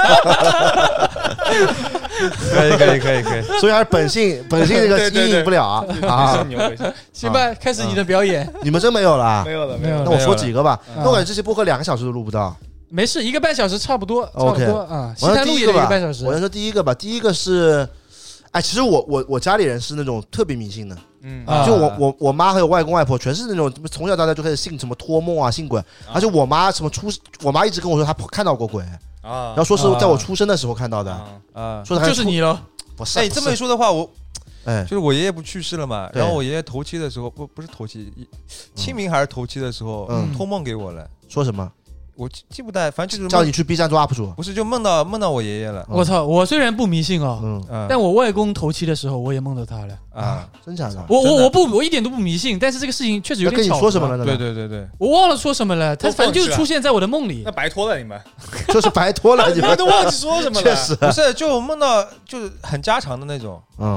可以，可以，可以，可以。 所以还是本性，本性这个阴影不了啊。啊， 行吧，开始你的表演。 你们真没有了？ 没有了，没有了。 那我说几个吧。那我感觉这些播客两个小时都录不到。 没事，一个半小时差不多，差不多啊。 我说第一个吧， 半小时。 我先说第一个吧。第一个是，哎，其实我我我家里人是那种特别迷信的。嗯，就我我我妈还有外公外婆全是那种从小到大就开始信什么托梦啊，信鬼。而且我妈什么出，我妈一直跟我说她看到过鬼啊，然后说是在我出生的时候看到的啊，说的就是你了。 不是， 哎，这么一说的话，我。哎，就是我爷爷不去世了嘛，然后我爷爷头七的时候，不不是头七，清明还是头七的时候，嗯，托梦给我了， 说什么？ 我记不得，反正就是叫你去 B 站做 U P 主， 不是就梦到梦到我爷爷了。 我操！我虽然不迷信哦，嗯，但我外公头七的时候，我也梦到他了啊！真假的？ 我我我不我一点都不迷信，但是这个事情确实有点巧。 跟你说什么了呢？ 对对对对， 我忘了说什么了，他反正就出现在我的梦里。 那白托了你们， 就是白托了， 你们都忘记说什么了？ 确实不是，就梦到就是很家常的那种，嗯。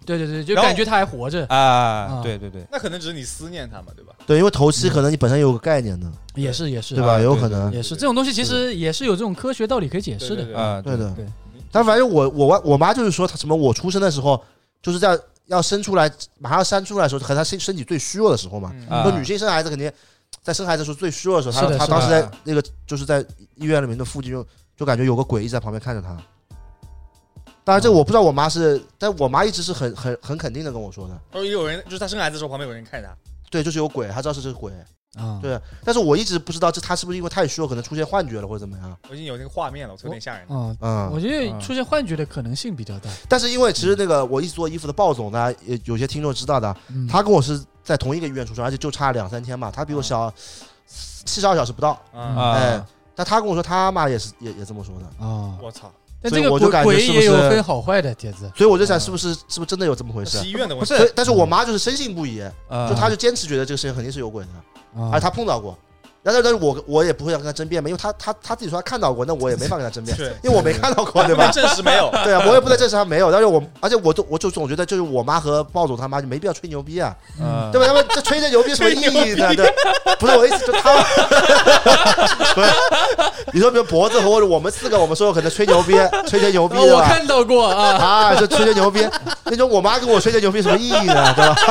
对对对，就感觉他还活着啊！对对对， 那可能只是你思念他嘛，对吧？ 对，因为头七可能你本身有个概念的， 也是也是， 对吧？有可能也是这种东西，其实也是有这种科学道理可以解释的啊。 对的，对。但反正我我我妈就是说，什么我出生的时候就是在要生出来，马上要生出来的时候，可能她身身体最虚弱的时候嘛。说女性生孩子肯定在生孩子的时候最虚弱的时候，她她当时在那个就是在医院里面的附近就就感觉有个鬼一直在旁边看着她。当然，这个我不知道我妈是，但我妈一直是很很很肯定的跟我说的。 她说有人，就是她生孩子的时候旁边有人看她。 对，就是有鬼，她知道是这个鬼。啊，对。但是我一直不知道这她是不是因为太虚弱，可能出现幻觉了或者怎么样。 我已经有那个画面了，我有点吓人。 嗯嗯，我觉得出现幻觉的可能性比较大。但是因为其实那个我一直做衣服的鲍总呢，也有些听众知道的，他跟我是在同一个医院出生，而且就差两三天嘛，他比我小七十二小时不到。哎，但他跟我说他妈也是也也这么说的。 啊， 我操！ 但这个鬼鬼也有分好坏的，铁子， 所以我就想是不是是不是真的有这么回事？ 是医院的问题。不是，但是我妈就是深信不疑，就她就坚持觉得这个事情肯定是有鬼的，而她碰到过。但是但是我我也不会想跟她争辩嘛，因为她她她自己说她看到过，那我也没法跟她争辩，因为我没看到过，对吧？ 证实没有。 对啊，我也不能证实她没有。但是我而且我都我就总觉得就是我妈和鲍总他妈就没必要吹牛逼啊，对吧？他们这吹这牛逼什么意义呢？对，不是我意思，就他不是。你说，比如脖子或者我们四个，我们说可能吹牛逼，吹吹牛逼， 我看到过啊啊，就吹吹牛逼。那种我妈跟我吹吹牛逼什么意义呢？对吧？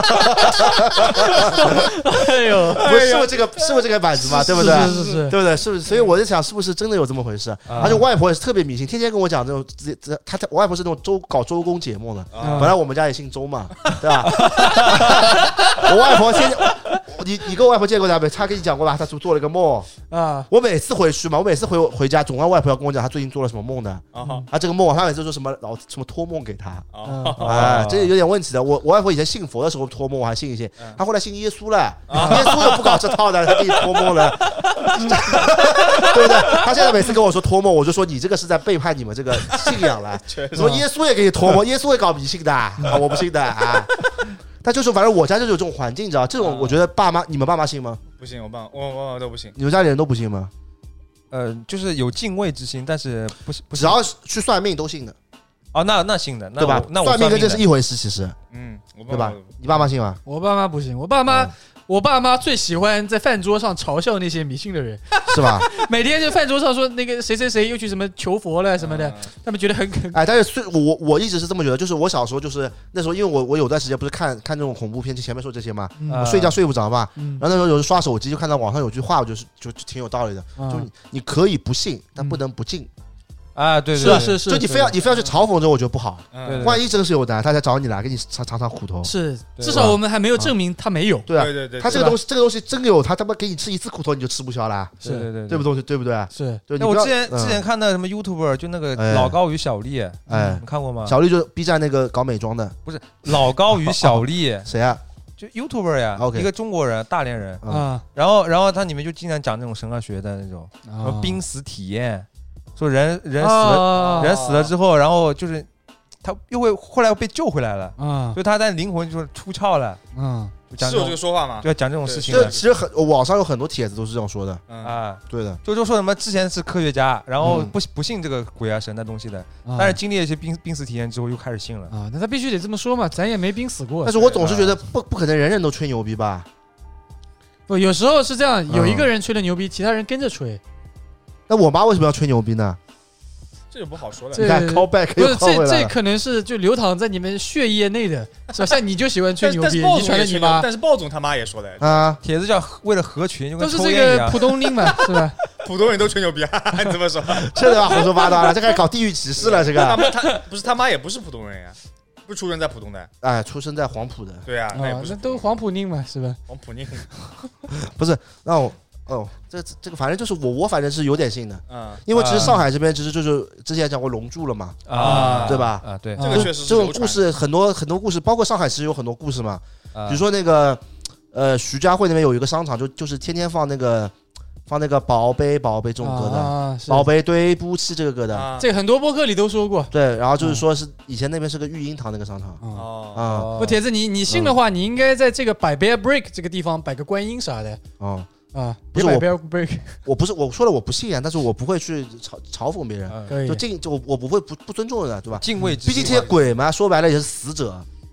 哎呦， 不是，是不是这个，是不是这个板子嘛？对不对？ 是是是， 对不对？是不是？所以我就想，是不是真的有这么回事？而且我外婆也是特别迷信，天天跟我讲这种，这她我外婆是那种周搞周公解梦的。本来我们家也姓周嘛，对吧？我外婆天天。你你跟我外婆见过她没？她跟你讲过吧？她做了一个梦啊。我每次回去嘛，我每次回回家，总让外婆要跟我讲她最近做了什么梦的啊。啊，这个梦，她每次说什么老什么托梦给她啊，这有点问题的。我我外婆以前信佛的时候托梦我还信一些，她后来信耶稣了，耶稣又不搞这套的，她给你托梦了，对不对？她现在每次跟我说托梦，我就说你这个是在背叛你们这个信仰了。说耶稣也给你托梦，耶稣会搞迷信的啊，我不信的啊。但就是反正我家就是有这种环境，你知道？这种我觉得爸妈，你们爸妈信吗？ 不信，我爸我我我都不信。 你们家里人都不信吗？ 呃，就是有敬畏之心，但是不不只要去算命都信的。 哦，那那信的， 对吧？ 那我算命跟这是一回事，其实。 嗯， 对吧？你爸妈信吗？ 我爸妈不信，我爸妈。我爸妈最喜欢在饭桌上嘲笑那些迷信的人， 是吧？ 每天就饭桌上说那个谁谁谁又去什么求佛了什么的，他们觉得很可哎。但是我我一直是这么觉得，就是我小时候就是那时候，因为我我有段时间不是看看这种恐怖片，就前面说这些嘛，嗯、我睡觉睡不着嘛，嗯、然后那时候有时刷手机就看到网上有句话，我就是就挺有道理的，嗯、就你可以不信，但不能不敬。 啊，对对， 是是是， 就你非要你非要去嘲讽这，我觉得不好。 嗯、 万一真是有的，他才找你来，给你尝尝尝苦头。 是，至少我们还没有证明他没有。 对啊， 对对对， 他这个东西，这个东西真有，他他妈给你吃一次苦头，你就吃不消了。 是，对对， 对不对？对不对？ 是。 那我之前之前看的什么 YouTuber， 就那个老高与小丽，哎，你看过吗？ 小丽就是 B 站那个搞美妆的， 不是老高与小丽， 谁啊？ 就 YouTuber 呀，一个中国人，大连人啊。 然后然后他里面就经常讲那种神科学的那种，什么濒死体验。说人人死了，哦、人死了之后，然后就是他又会后来又被救回来了，嗯，所以他的灵魂就是出窍了， 嗯， 是有这个说法吗？ 对，讲这种事情。 这其实很网上有很多帖子都是这样说的， 嗯、啊， 对的， 就就说什么之前是科学家，然后不不信这个鬼啊神的东西的，嗯、但是经历了一些濒濒死体验之后又开始信了啊，那他必须得这么说嘛，咱也没濒死过。 但是我总是觉得不不可能人人都吹牛逼吧？ 不，有时候是这样，有一个人吹的牛逼，其他人跟着吹。 那我妈为什么要吹牛逼呢？ 这就不好说了。 你看 call back 不是这这可能是就流淌在你们血液内的，是吧？像你就喜欢吹牛逼，你传了你妈。 但是鲍总他妈也说的啊， 帖子叫为了合群，就跟都是这个浦东令嘛，是吧？ 普通人都吹牛逼啊，你怎么说？ 是的吧？胡说八道了，这开始搞地域歧视了，这个。 他他不是他妈也不是普通人呀，不是出生在浦东的， 哎，出生在黄埔的。 对啊，那也不是都黄埔令嘛，是吧？ 黄埔令不是那我。哦，这这个反正就是我，我反正是有点信的，嗯，因为其实上海这边其实就是之前讲过龙柱了嘛， 啊， 对吧？ 啊，对， 这个确实是这种故事很多很多故事，包括上海其实有很多故事嘛，比如说那个呃徐家汇那边有一个商场，就就是天天放那个放那个宝贝宝贝这种歌的，宝贝对不起这个歌的， 这个很多播客里都说过， 对，然后就是说是以前那边是个育婴堂那个商场， 哦，不，铁子你你信的话，你应该在这个摆 Bear Break 这个地方摆个观音啥的，哦。啊， 不是我，我不是我说了我不信啊，但是我不会去嘲嘲讽别人，就敬就我我不会不不尊重的，对吧？ 敬畏， 毕竟这些鬼嘛，说白了也是死者，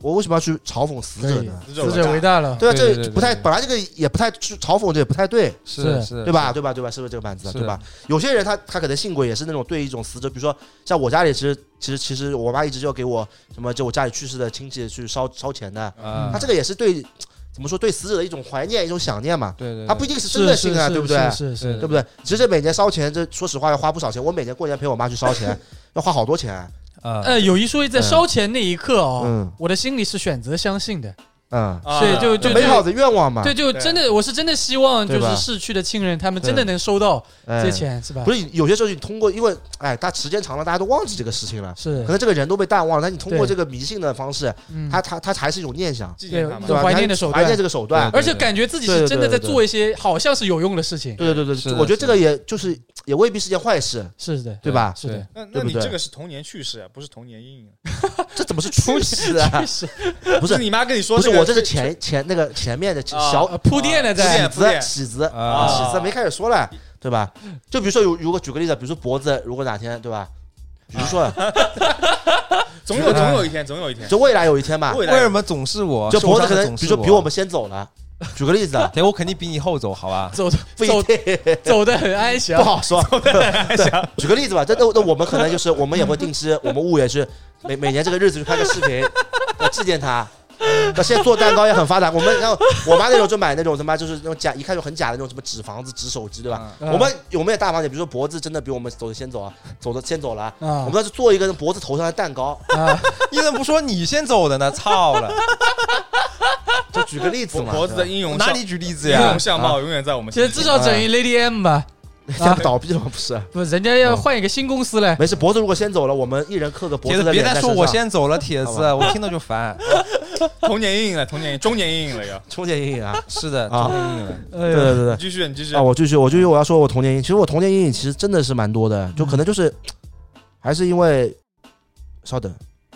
我为什么要去嘲讽死者呢？ 死者伟大了， 对啊，这不太本来这个也不太去嘲讽，这也不太对， 是是， 对吧？对吧？对吧？是不是这个板子？对吧？有些人他他可能性格也是那种对一种死者，比如说像我家里，其实其实其实我妈一直就给我什么，就我家里去世的亲戚去烧烧钱的，他这个也是对。怎么说？对死者的一种怀念，一种想念嘛。 对对， 他不一定是真的信啊，对不对？ 是是， 对不对？其实这每年烧钱，这说实话要花不少钱。我每年过年陪我妈去烧钱，要花好多钱。 呃，有一说一，在烧钱那一刻哦，我的心里是选择相信的。 嗯， 所以就就美好的愿望嘛。 对，就真的，我是真的希望，就是逝去的亲人，他们真的能收到这些钱，是吧？ 不是，有些时候你通过，因为哎，他时间长了，大家都忘记这个事情了， 是， 可能这个人都被淡忘了。但你通过这个迷信的方式，他他他还是一种念想， 对，怀念的手段， 怀念这个手段， 而且感觉自己是真的在做一些好像是有用的事情。 对对对对，我觉得这个也就是也未必是件坏事， 是的， 对吧？ 是的。 那那你这个是童年趣事，不是童年阴影。 这怎么是趣事啊？不是你妈跟你说， 不是我这是前前那个前面的小铺垫的在喜子喜子啊喜子没开始说了，对吧？就比如说有如果举个例子，比如说脖子，如果哪天对吧？比如说， 总有总有一天，总有一天， 就未来有一天嘛。 为什么总是我？ 就脖子可能比如说比我们先走了。举个例子， 对，我肯定比你后走，好吧？ 走走走得很安详， 不好说。走得很安详。举个例子吧，这那那我们可能就是我们也会定期，我们物也是每每年这个日子就拍个视频，要纪念他。那现在做蛋糕也很发达，我们然后我妈那种就买那种什么，就是那种假，一看就很假的那种什么纸房子、纸手机，对吧？嗯、我们我们也大方点，比如说脖子真的比我们走的先走啊，走的先走了，嗯、我们要是做一个脖子头上的蛋糕。啊、 你怎么不说你先走的呢？操了！ 就举个例子嘛， 脖子的英勇哪里举例子呀？ 英勇相貌永远在我们心里。 其实至少整一 Lady M 吧。 啊、倒闭了吗？不是， 不是，人家要换一个新公司嘞。 没事，脖子如果先走了，我们一人刻个脖子的脸在身上。 别再说我先走了，铁子，我听到就烦。 童年阴影了，童年中年阴影了，要中年阴影啊！ 是的，中年阴影了。 对对对对， 继续，你继续啊！我继续，我继续，我要说我童年阴影。其实我童年阴影其实真的是蛮多的，就可能就是，还是因为，稍等，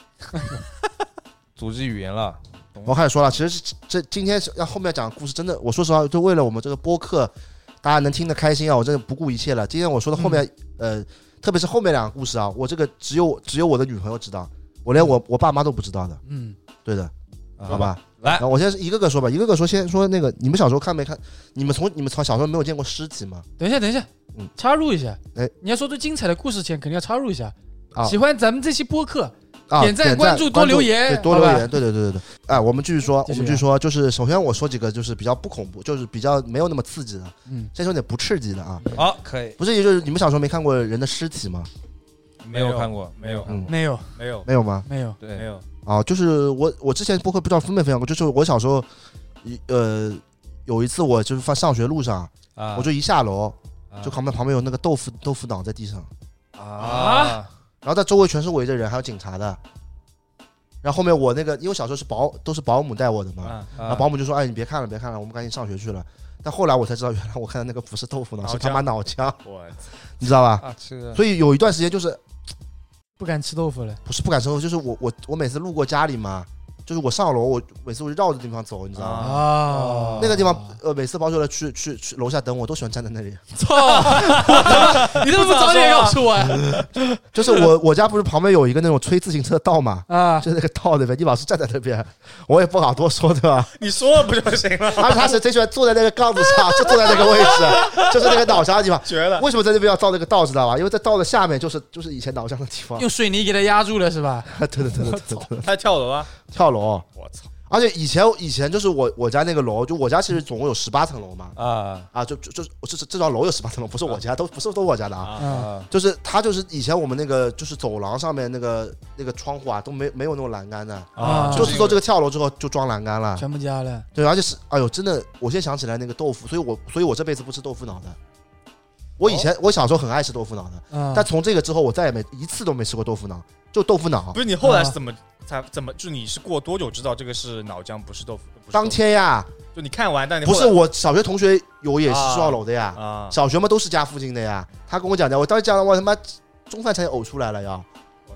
组织语言了。 我开始说了，其实这今天要后面讲故事，真的，我说实话，就为了我们这个播客。大家能听得开心啊！我真的不顾一切了。今天我说的后面，嗯、呃，特别是后面两个故事啊，我这个只有只有我的女朋友知道，我连我我爸妈都不知道的。嗯，对的，好吧。 来， 我先一个个说吧，一个个说。先说那个，你们小时候看没看？你们从你们从小时候没有见过尸体吗？ 等一下，等一下，嗯，插入一下。哎，你要说最精彩的故事前，肯定要插入一下。 啊， 喜欢咱们这期播客。 啊、 点赞、关注、多留言， 对，多留言，对对对对对。哎，我们继续说，我们继续说，就是首先我说几个就是比较不恐怖，就是比较没有那么刺激的，嗯，先说点不刺激的啊。 好，可以。 不是，也就是你们小时候没看过人的尸体吗？ 没有看过， 没有， 嗯，没有， 没有， 没有吗？ 没有， 对， 没有。 啊，就是我我之前播客不知道分没分享过，就是我小时候，呃，有一次我就是放上学路上，啊、我就一下楼，啊、就旁边旁边有那个豆腐豆腐脑在地上， 啊。 然后在周围全是围着人，还有警察的。然后后面我那个，因为小时候是保都是保姆带我的嘛，啊啊、然后保姆就说：“哎，你别看了，别看了，我们赶紧上学去了。”但后来我才知道，原来我看的那个不是豆腐脑，是他妈脑浆，你知道吧？ 啊、 所以有一段时间就是不敢吃豆腐了。 不是不敢吃豆腐，就是我我我每次路过家里嘛。就是我上楼，我每次我就绕着地方走，你知道吗？ 啊， 那个地方，呃，每次包出来去去去楼下等我，都喜欢站在那里。 操！你怎么不早点告诉我呀？ 就是我我家不是旁边有一个那种推自行车道嘛？ 啊， 就那个道那边，你老是站在那边，我也不好多说，对吧？ 你说了不就行了？ 而且他是贼喜欢坐在那个杠子上，就坐在那个位置，就是那个脑浆的地方。 绝了！ 为什么在那边要造那个道，知道吧？因为在道的下面就是就是以前脑浆的地方。 用水泥给它压住了是吧？ 对对对对对对。 他跳楼啊！ 跳楼！ 我操！ 而且以前以前就是我我家那个楼，就我家其实总共有十八层楼嘛，啊啊，就就就这这幢楼有十八层楼，不是我家，都不是都我家的啊，啊就是它就是以前我们那个就是走廊上面那个那个窗户啊都没没有那种栏杆的啊，就是说这个跳楼之后就装栏杆了， 全部加了， 对，而且是哎呦真的，我现在想起来那个豆腐，所以我所以我这辈子不吃豆腐脑的。我以前、哦、我小时候很爱吃豆腐脑的，嗯、但从这个之后我再也没一次都没吃过豆腐脑，就豆腐脑。 不是你后来是怎么、啊、才怎么就你是过多久知道这个是脑浆不是豆腐？不是豆腐当天呀， 就你看完，但你不是我小学同学有也是住到楼的呀，啊、小学嘛都是家附近的呀。他跟我讲的，我当时讲了，我他妈中饭差点呕出来了呀！ 我操，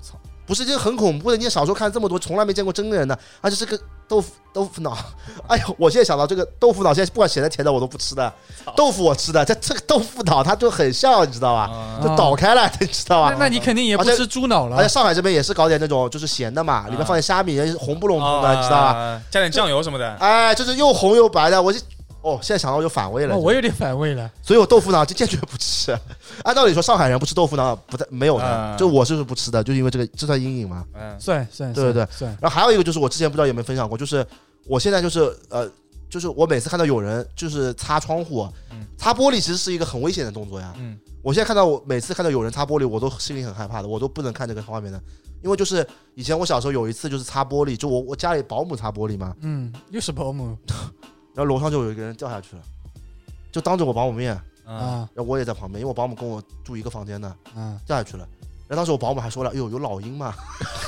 不是这个很恐怖的。你小时候看这么多，从来没见过真人的，而且是个豆腐豆腐脑。哎呦，我现在想到这个豆腐脑，现在不管咸的甜的我都不吃的，豆腐我吃的，这这个豆腐脑它就很像，你知道吧？ 啊、 就倒开了，你知道吧？ 那那你肯定也不吃猪脑了。 而且上海这边也是搞点那种就是咸的嘛，里面放点虾米，红不隆咚的， 啊、 你知道吧？ 加点酱油什么的。 哎，就是又红又白的，我就。哦，现在想到我就反胃了、 哦，我有点反胃了， 所以我豆腐脑就坚决不吃。按道理说，上海人不吃豆腐脑不太没有的，嗯、就我是不吃的，就因为这个这算阴影嘛。 嗯，算算， 对对对。 算。 然后还有一个就是我之前不知道有没有分享过，就是我现在就是呃，就是我每次看到有人就是擦窗户、嗯、擦玻璃，其实是一个很危险的动作呀。嗯。我现在看到我每次看到有人擦玻璃，我都心里很害怕的，我都不能看这个画面的，因为就是以前我小时候有一次就是擦玻璃，就我我家里保姆擦玻璃嘛。 嗯，又是保姆。 然后楼上就有一个人掉下去了。就当着我保姆面啊， 然后我也在旁边，因为我保姆跟我住一个房间的，啊，掉下去了。然后当时我保姆还说了：“哎呦，有老鹰嘛，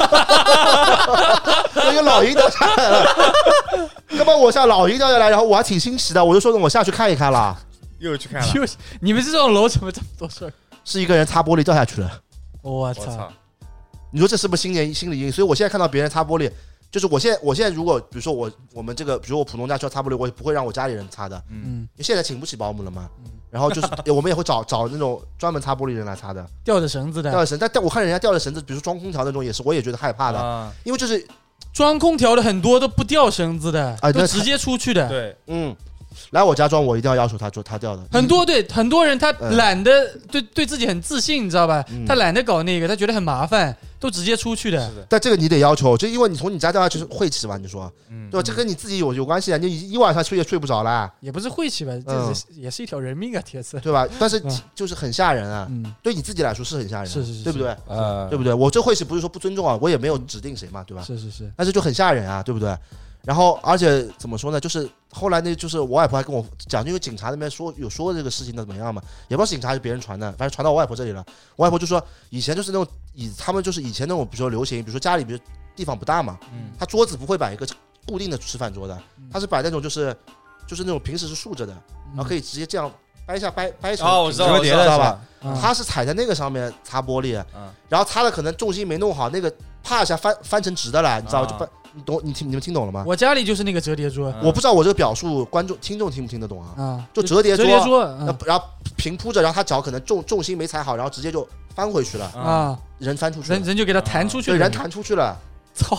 有老鹰掉下来了。”要不然我像老鹰掉下来，然后我还挺新奇的，我就说我下去看一看了。 又去看了。 你们这种楼怎么这么多事儿？ 是一个人擦玻璃掉下去了。 我操！ 你说这是不是心理心理阴影？所以我现在看到别人擦玻璃。就是我现在，我现在如果比如说我我们这个，比如我普通家需要擦玻璃，我也不会让我家里人擦的，嗯，因为现在请不起保姆了嘛，嗯、然后就是我们也会找找那种专门擦玻璃人来擦的， 吊着绳子的， 吊着绳，但但我看人家吊着绳子，比如说装空调那种也是，我也觉得害怕的，啊、因为就是装空调的很多都不吊绳子的，啊、都直接出去的， 对， 嗯。来我家装，我一定要要求他做他掉的。 很多对很多人他懒得、嗯、对对自己很自信，你知道吧？嗯、他懒得搞那个，他觉得很麻烦，都直接出去的。 是的，但这个你得要求，就因为你从你家掉下去是晦气吧？你说，嗯、对吧？这跟你自己有有关系啊！你一晚上睡也睡不着啦。 也不是晦气吧，这是、嗯、也是一条人命啊，铁子， 对吧？但是就是很吓人啊，嗯、对你自己来说是很吓人、啊， 是是是， 对不对？ 呃， 对不对？我这晦气不是说不尊重啊，我也没有指定谁嘛，对吧？ 是是是， 但是就很吓人啊，对不对？然后，而且怎么说呢？就是后来那，就是我外婆还跟我讲，因为警察那边说有说这个事情的怎么样嘛，也不知道警察是别人传的，反正传到我外婆这里了。我外婆就说，以前就是那种以他们就是以前那种，比如说流行，比如说家里比如地方不大嘛，嗯，他桌子不会摆一个固定的吃饭桌的，他是摆那种就是就是那种平时是竖着的，然后可以直接这样掰一下掰掰成哦，我知道， 我知道吧？嗯、他是踩在那个上面擦玻璃，嗯、然后擦的可能重心没弄好，那个啪一下翻翻成直的了，你知道就翻。你懂你听你们听懂了吗？ 我家里就是那个折叠桌， 我不知道我这个表述观众听众听不听得懂啊？ 啊， 就折叠桌， 折叠桌，嗯、 然后平铺着，然后他脚可能重重心没踩好，然后直接就翻回去了啊， 人翻出去了， 人人就给他弹出去了，对，人弹出去了， 操，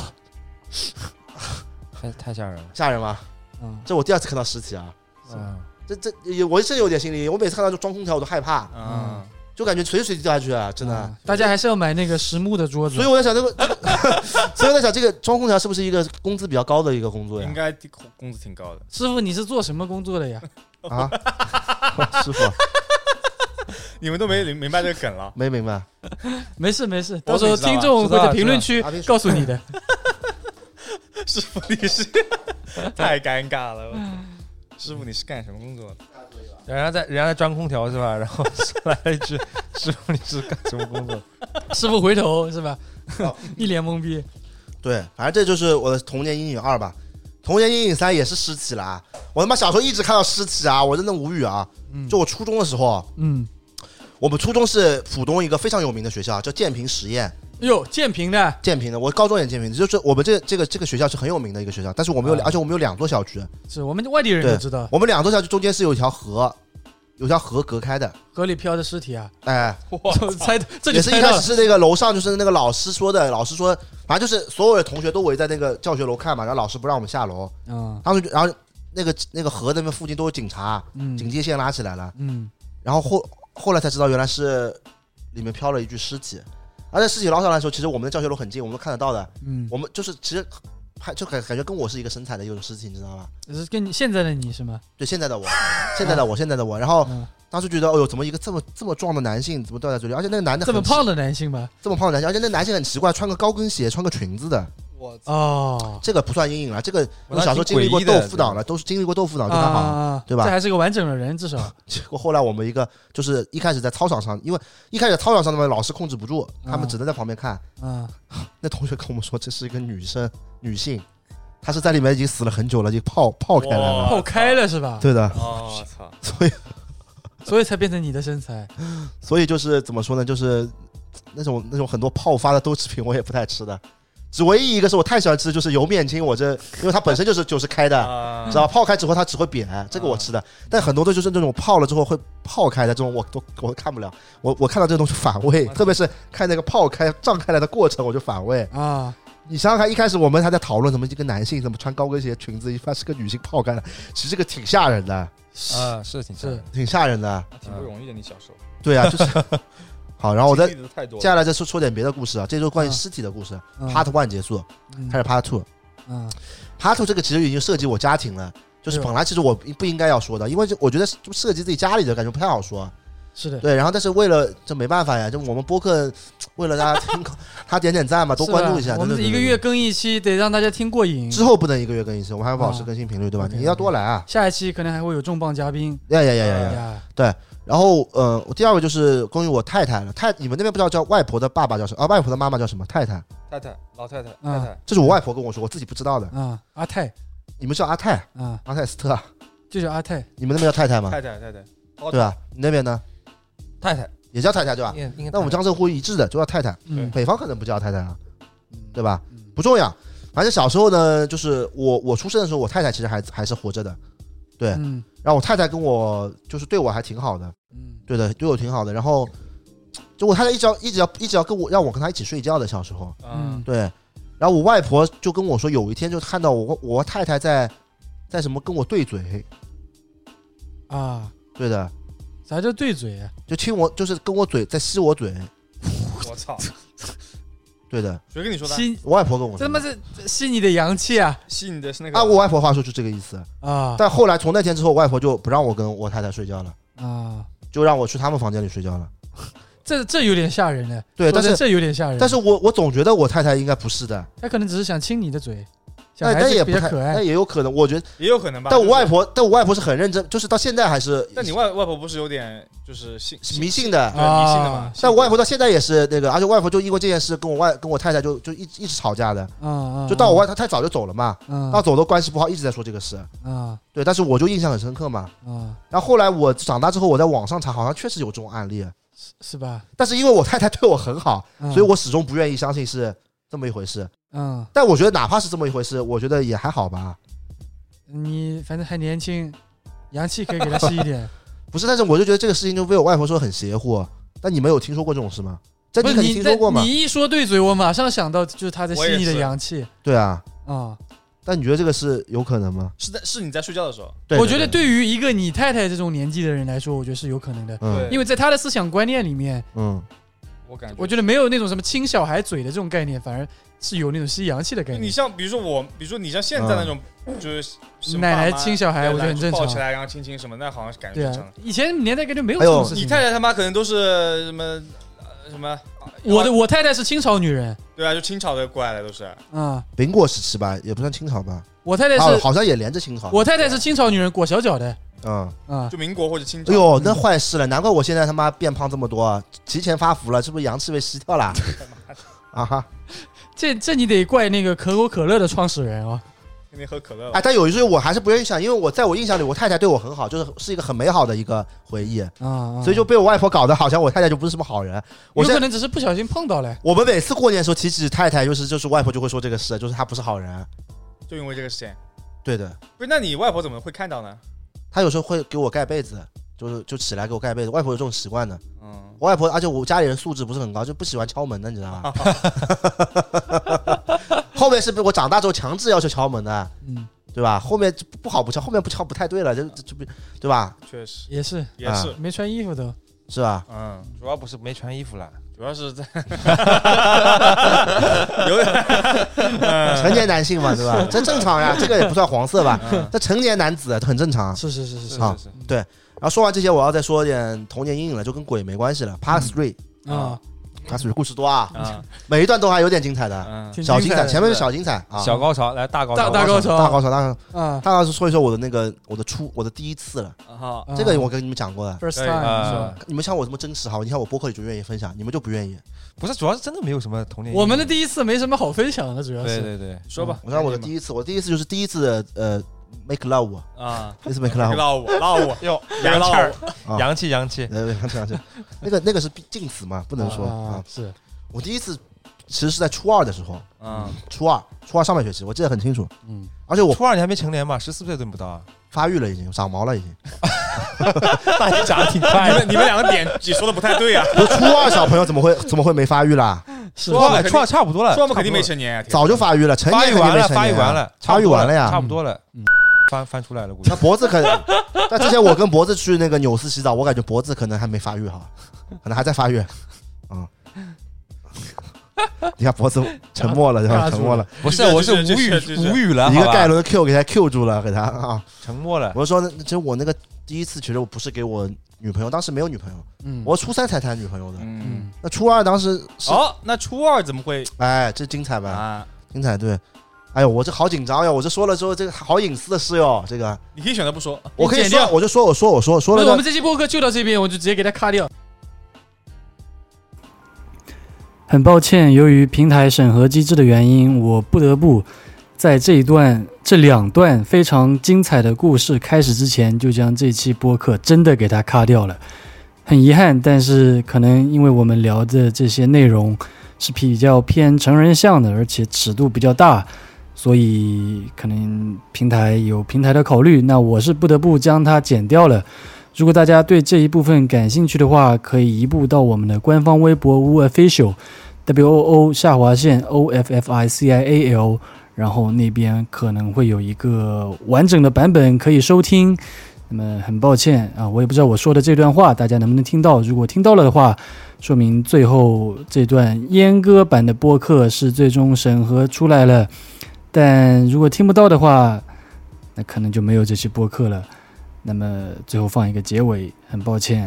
太太吓人了， 吓人吗？嗯，这我第二次看到尸体啊，嗯，这这我真有点心理，我每次看到就装空调我都害怕，嗯。就感觉随时随地掉下去啊！真的、嗯， 大家还是要买那个实木的桌子。 所以我在想，这个，所以我在想，这个装空调是不是一个工资比较高的一个工作呀？ 应该工资挺高的。 师傅，你是做什么工作的呀？ 啊，师傅， 你们都没明白这个梗了？ 没明白。 没事没事，到时候听众会在评论区告诉你的。 师傅，你是太尴尬了。师傅，你是干什么工作的？ 人家在人家在装空调是吧？然后来了一句：“师傅，你是干什么工作？” 师傅回头是吧？一脸懵逼。 对，反正这就是我的童年阴影二吧。童年阴影三也是尸体啦。我他妈小时候一直看到尸体啊，我真的无语啊！嗯、就我初中的时候，嗯，我们初中是浦东一个非常有名的学校，叫建平实验。 哟，建平的， 建平的，我高中也建平的，就是我们这这个这个学校是很有名的一个学校，但是我们有，啊、而且我们有两座校区， 是我们外地人都知道。 我们两座校区中间是有一条河，有条河隔开的， 河里漂的尸体啊！ 哎， 我猜这也是一开始是那个楼上就是那个老师说的，老师说，反正就是所有的同学都围在那个教学楼看嘛，然后老师不让我们下楼，嗯，当时然后那个那个河那边附近都有警察，嗯，警戒线拉起来了，嗯，然后后后来才知道原来是里面飘了一具尸体。而且尸体捞上来的时候，其实我们的教学楼很近，我们都看得到的。嗯，我们就是其实就感感觉跟我是一个身材的一种尸体，你知道吧？ 是跟你现在的你是吗？ 对，现在的我，现在的我，现在的我。然后当时觉得，哦呦，怎么一个这么这么壮的男性怎么掉在这里？而且那个男的这么胖的男性吧， 这么胖的男性，而且那个男性很奇怪，穿个高跟鞋，穿个裙子的。 我哦， 这个不算阴影了，这个我小时候经历过豆腐脑了，都是经历过豆腐脑就还好，啊、对吧？ 这还是个完整的人，至少。 结果后来我们一个就是一开始在操场上，因为一开始操场上的老师控制不住，他们只能在旁边看。啊，那同学跟我们说，这是一个女生，女性，她是在里面已经死了很久了，已经泡泡开来了， 泡开了是吧？ 对的。 哦，我操！ 所以， 所以才变成你的身材。 所以就是怎么说呢？就是那种那种很多泡发的豆制品我也不太吃的。只唯一一个是我太喜欢吃的就是油面筋，我这因为它本身就是就是开的，啊、知道泡开之后它只会扁，这个我吃的。啊、但很多的就是那种泡了之后会泡开的这种，我都我都看不了。我我看到这个东西反胃，特别是看那个泡开胀开来的过程，我就反胃啊。你想想看，一开始我们还在讨论怎么一个男性怎么穿高跟鞋裙子，一般是个女性泡开的，其实这个挺吓人的啊，是挺是挺吓人的， 挺不容易的。你小时候对啊，就是。好，然后我再接下来再说说点别的故事啊，这就是关于尸体的故事。嗯、Part One 结束，嗯、开始 Part Two。嗯 ，Part Two 这个其实已经涉及我家庭了，就是本来其实我不应该要说的，因为我觉得涉及自己家里的感觉不太好说。 是的， 对，然后但是为了这没办法呀，就我们播客为了大家听，他点点赞嘛，多关注一下。 我们一个月更一期，得让大家听过瘾。 之后不能一个月更一期，我们还要保持更新频率，对吧？你要多来啊。 下一期可能还会有重磅嘉宾。 呀呀呀呀呀！对。然后，呃，我第二位就是关于我太太了。太，你们那边不知道叫外婆的爸爸叫什么？啊，外婆的妈妈叫什么？太太。 太太，老太太，太太。 这是我外婆跟我说，我自己不知道的。 啊，阿泰。 你们叫阿泰？ 啊， 阿泰斯特。 就叫阿泰。 你们那边叫太太吗？ 太太，太太。 对吧？你那边呢？ 太太也叫太太对吧？那我们江浙沪一致的就叫太太。 嗯。 北方可能不叫太太啊，对吧？不重要。反正小时候呢，就是我我出生的时候，我太太其实还还是活着的。对。嗯。然后我太太跟我就是对我还挺好的。嗯，对的，对我挺好的。然后，就我太太一直要一直要一直要跟我让我跟她一起睡觉的小时候，嗯，对。然后我外婆就跟我说，有一天就看到我我太太在在什么跟我对嘴， 啊， 对的。 啥叫对嘴啊？ 就亲我，就是跟我嘴在吸我嘴。 我操！ 对的， 谁跟你说的？ 吸我外婆跟我说， 这他妈是吸你的阳气啊！ 吸你的是那个啊，我外婆话说就这个意思啊。但后来从那天之后，我外婆就不让我跟我太太睡觉了啊。就让我去他们房间里睡觉了， 这这有点吓人了。 对，但是这有点吓人。 但是我我总觉得我太太应该不是的， 她可能只是想亲你的嘴， 但但也不太可爱， 但也有可能，我觉得也有可能吧。 但我外婆，但我外婆是很认真，就是到现在还是。 但你外外婆不是有点就是信迷信的， 对迷信的嘛？ 但我外婆到现在也是那个，而且外婆就因为这件事跟我外跟我太太就就一一直吵架的，嗯就到我外她太早就走了嘛，嗯，到走的关系不好，一直在说这个事，嗯，对，但是我就印象很深刻嘛，嗯，然后后来我长大之后，我在网上查，好像确实有这种案例， 是是吧？ 但是因为我太太对我很好，所以我始终不愿意相信是这么一回事，嗯，但我觉得哪怕是这么一回事，我觉得也还好吧。 你反正还年轻，阳气可以给他吸一点。 不是，但是我就觉得这个事情就被我外婆说很邪乎。但你们有听说过这种事吗？这你肯定听说过吗？ 你一说对嘴，我马上想到就是他在吸你的阳气。 对啊， 啊、嗯！ 但你觉得这个是有可能吗？ 是在是你在睡觉的时候。 对对对， 我觉得对于一个你太太这种年纪的人来说，我觉得是有可能的。嗯，因为在他的思想观念里面，嗯， 我感觉我觉得没有那种什么亲小孩嘴的这种概念，反而是有那种吸阳气的概念。 你像比如说我，比如说你像现在那种，嗯、就是奶奶亲小孩，我觉得很正常。 抱起来然后亲亲什么，那好像感觉正常。 以前年代感觉没有这种事情。 你太太他妈可能都是什么什么？ 我的我太太是清朝女人。 对啊，就清朝的过来的都是。 嗯， 民国时期吧，也不算清朝吧。 我太太是、 哦、好像也连着清朝。 我太太是清朝女人，裹小脚的。 嗯嗯， 就民国或者清朝。 哎呦，那坏事了，难怪我现在他妈变胖这么多，提前发福了，是不是阳气被吸掉了？啊哈， 这这你得怪那个可口可乐的创始人哦。 天天喝可乐。 哎，但有一句我还是不愿意想，因为我在我印象里，我太太对我很好，就是是一个很美好的一个回忆啊、嗯嗯，所以就被我外婆搞得好像我太太就不是什么好人。我有可能只是不小心碰到了。 我们每次过年的时候提起太太，就是就是外婆就会说这个事，就是她不是好人， 就因为这个事情。 对的。 不是，那你外婆怎么会看到呢？ 她有时候会给我盖被子，就是就起来给我盖被子。外婆有这种习惯的。嗯。我外婆，而且我家里人素质不是很高，就不喜欢敲门的，你知道吗？后面是被我长大之后强制要求敲门的，嗯，对吧？后面不好不敲，后面不敲不太对了，就就不对吧？ 确实也是也是、啊、 没穿衣服都是吧？ 嗯，主要不是没穿衣服了， 主要是在有点成年男性嘛，对吧？这正常呀，这个也不算黄色吧？嗯、这成年男子很正常。 是是是是是好，对。然后说完这些，我要再说点童年阴影了，就跟鬼没关系了。Part Three 啊。他属于故事多啊，嗯、每一段都还有点精彩的，嗯、小精彩，前面是小精彩啊， 小高潮来大高潮， 大高潮， 大高潮，大高潮，嗯，大高潮说一说我的那个我的初我的第一次了，啊、这个我跟你们讲过的 ，first time，、 啊、你们像我这么真实好，你看我播客里就愿意分享，你们就不愿意， 不是，主要是真的没有什么童年， 我们的第一次没什么好分享的，主要是， 对对对， 说吧， 我说我的第一次，我第一次就是第一次呃 make love 啊， 类似 make love love love 哟，洋气儿，洋气洋气， 呃，洋气洋气。那个那个是禁词嘛，不能说啊。是我第一次其实是在初二的时候，嗯，初二初二上半学期，我记得很清楚。嗯，而且我初二你还没成年嘛，十四岁都不到啊， 发育了已经，长毛了已经。 那你长得挺快的。你们你们两个点你说的不太对啊。 不是初二小朋友怎么会怎么会没发育啦？ 初二初二差不多了， 初二肯定没成年， 早就发育了，成年发育完了，发育完了， 发育完了呀， 差不多了。嗯，翻翻出来了， 他脖子可能，但之前我跟脖子去那个纽斯洗澡，我感觉脖子可能还没发育好，可能还在发育。嗯，你看脖子沉默了，然后沉默了。 不是，我是无语无语了， 一个盖伦 Q 给他 Q 住了，给他啊， 沉默了。 我说，其实我那个第一次，其实我不是给我女朋友，当时没有女朋友，嗯，我初三才谈女朋友的，嗯，那初二当时哦，那初二怎么会？ 哎，这精彩吧？啊，精彩，对。哎呦，我这好紧张哟！我这说了之后，这个好隐私的事哟，这个你可以选择不说， 我可以说，我就说，我说，我说，说了。 我们这期播客就到这边，我就直接给他卡掉。很抱歉，由于平台审核机制的原因，我不得不在这一段、这两段非常精彩的故事开始之前，就将这期播客真的给它卡掉了。很遗憾，但是可能因为我们聊的这些内容是比较偏成人向的，而且尺度比较大，所以可能平台有平台的考虑，那我是不得不将它剪掉了。如果大家对这一部分感兴趣的话，可以移步到我们的官方微博 Wu Official W O O 下划线 O F F I C I A L， 然后那边可能会有一个完整的版本可以收听。那么很抱歉啊，我也不知道我说的这段话大家能不能听到，如果听到了的话，说明最后这段阉割版的播客是最终审核出来了，但如果听不到的话，那可能就没有这期播客了。那么最后放一个结尾，很抱歉。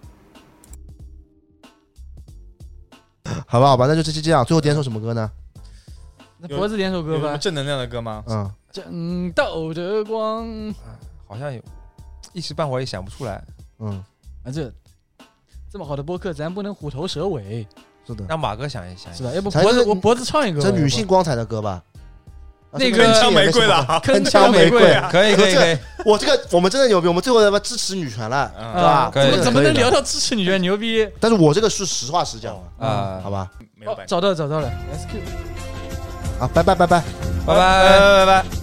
好吧，好吧，那就这期这样。最后点首什么歌呢？ 那脖子点首歌吧。 正能量的歌吗？ 嗯， 正道的光， 好像有，一时半会儿也想不出来。 嗯， 啊，这这么好的播客，咱不能虎头蛇尾。 是的， 让马哥想一想， 是吧？要不脖子我脖子唱一个， 这女性光彩的歌吧。 那个铿锵玫瑰了， 铿锵玫瑰， 可以可以可以。 我这个我们真的牛逼，我们最后他妈支持女权了，对吧？ 怎么怎么能聊到支持女权牛逼？ 但是我这个是实话实讲啊，好吧？ 没有， 找到了找到了 ，S Q。 好，拜拜拜拜拜拜拜拜拜。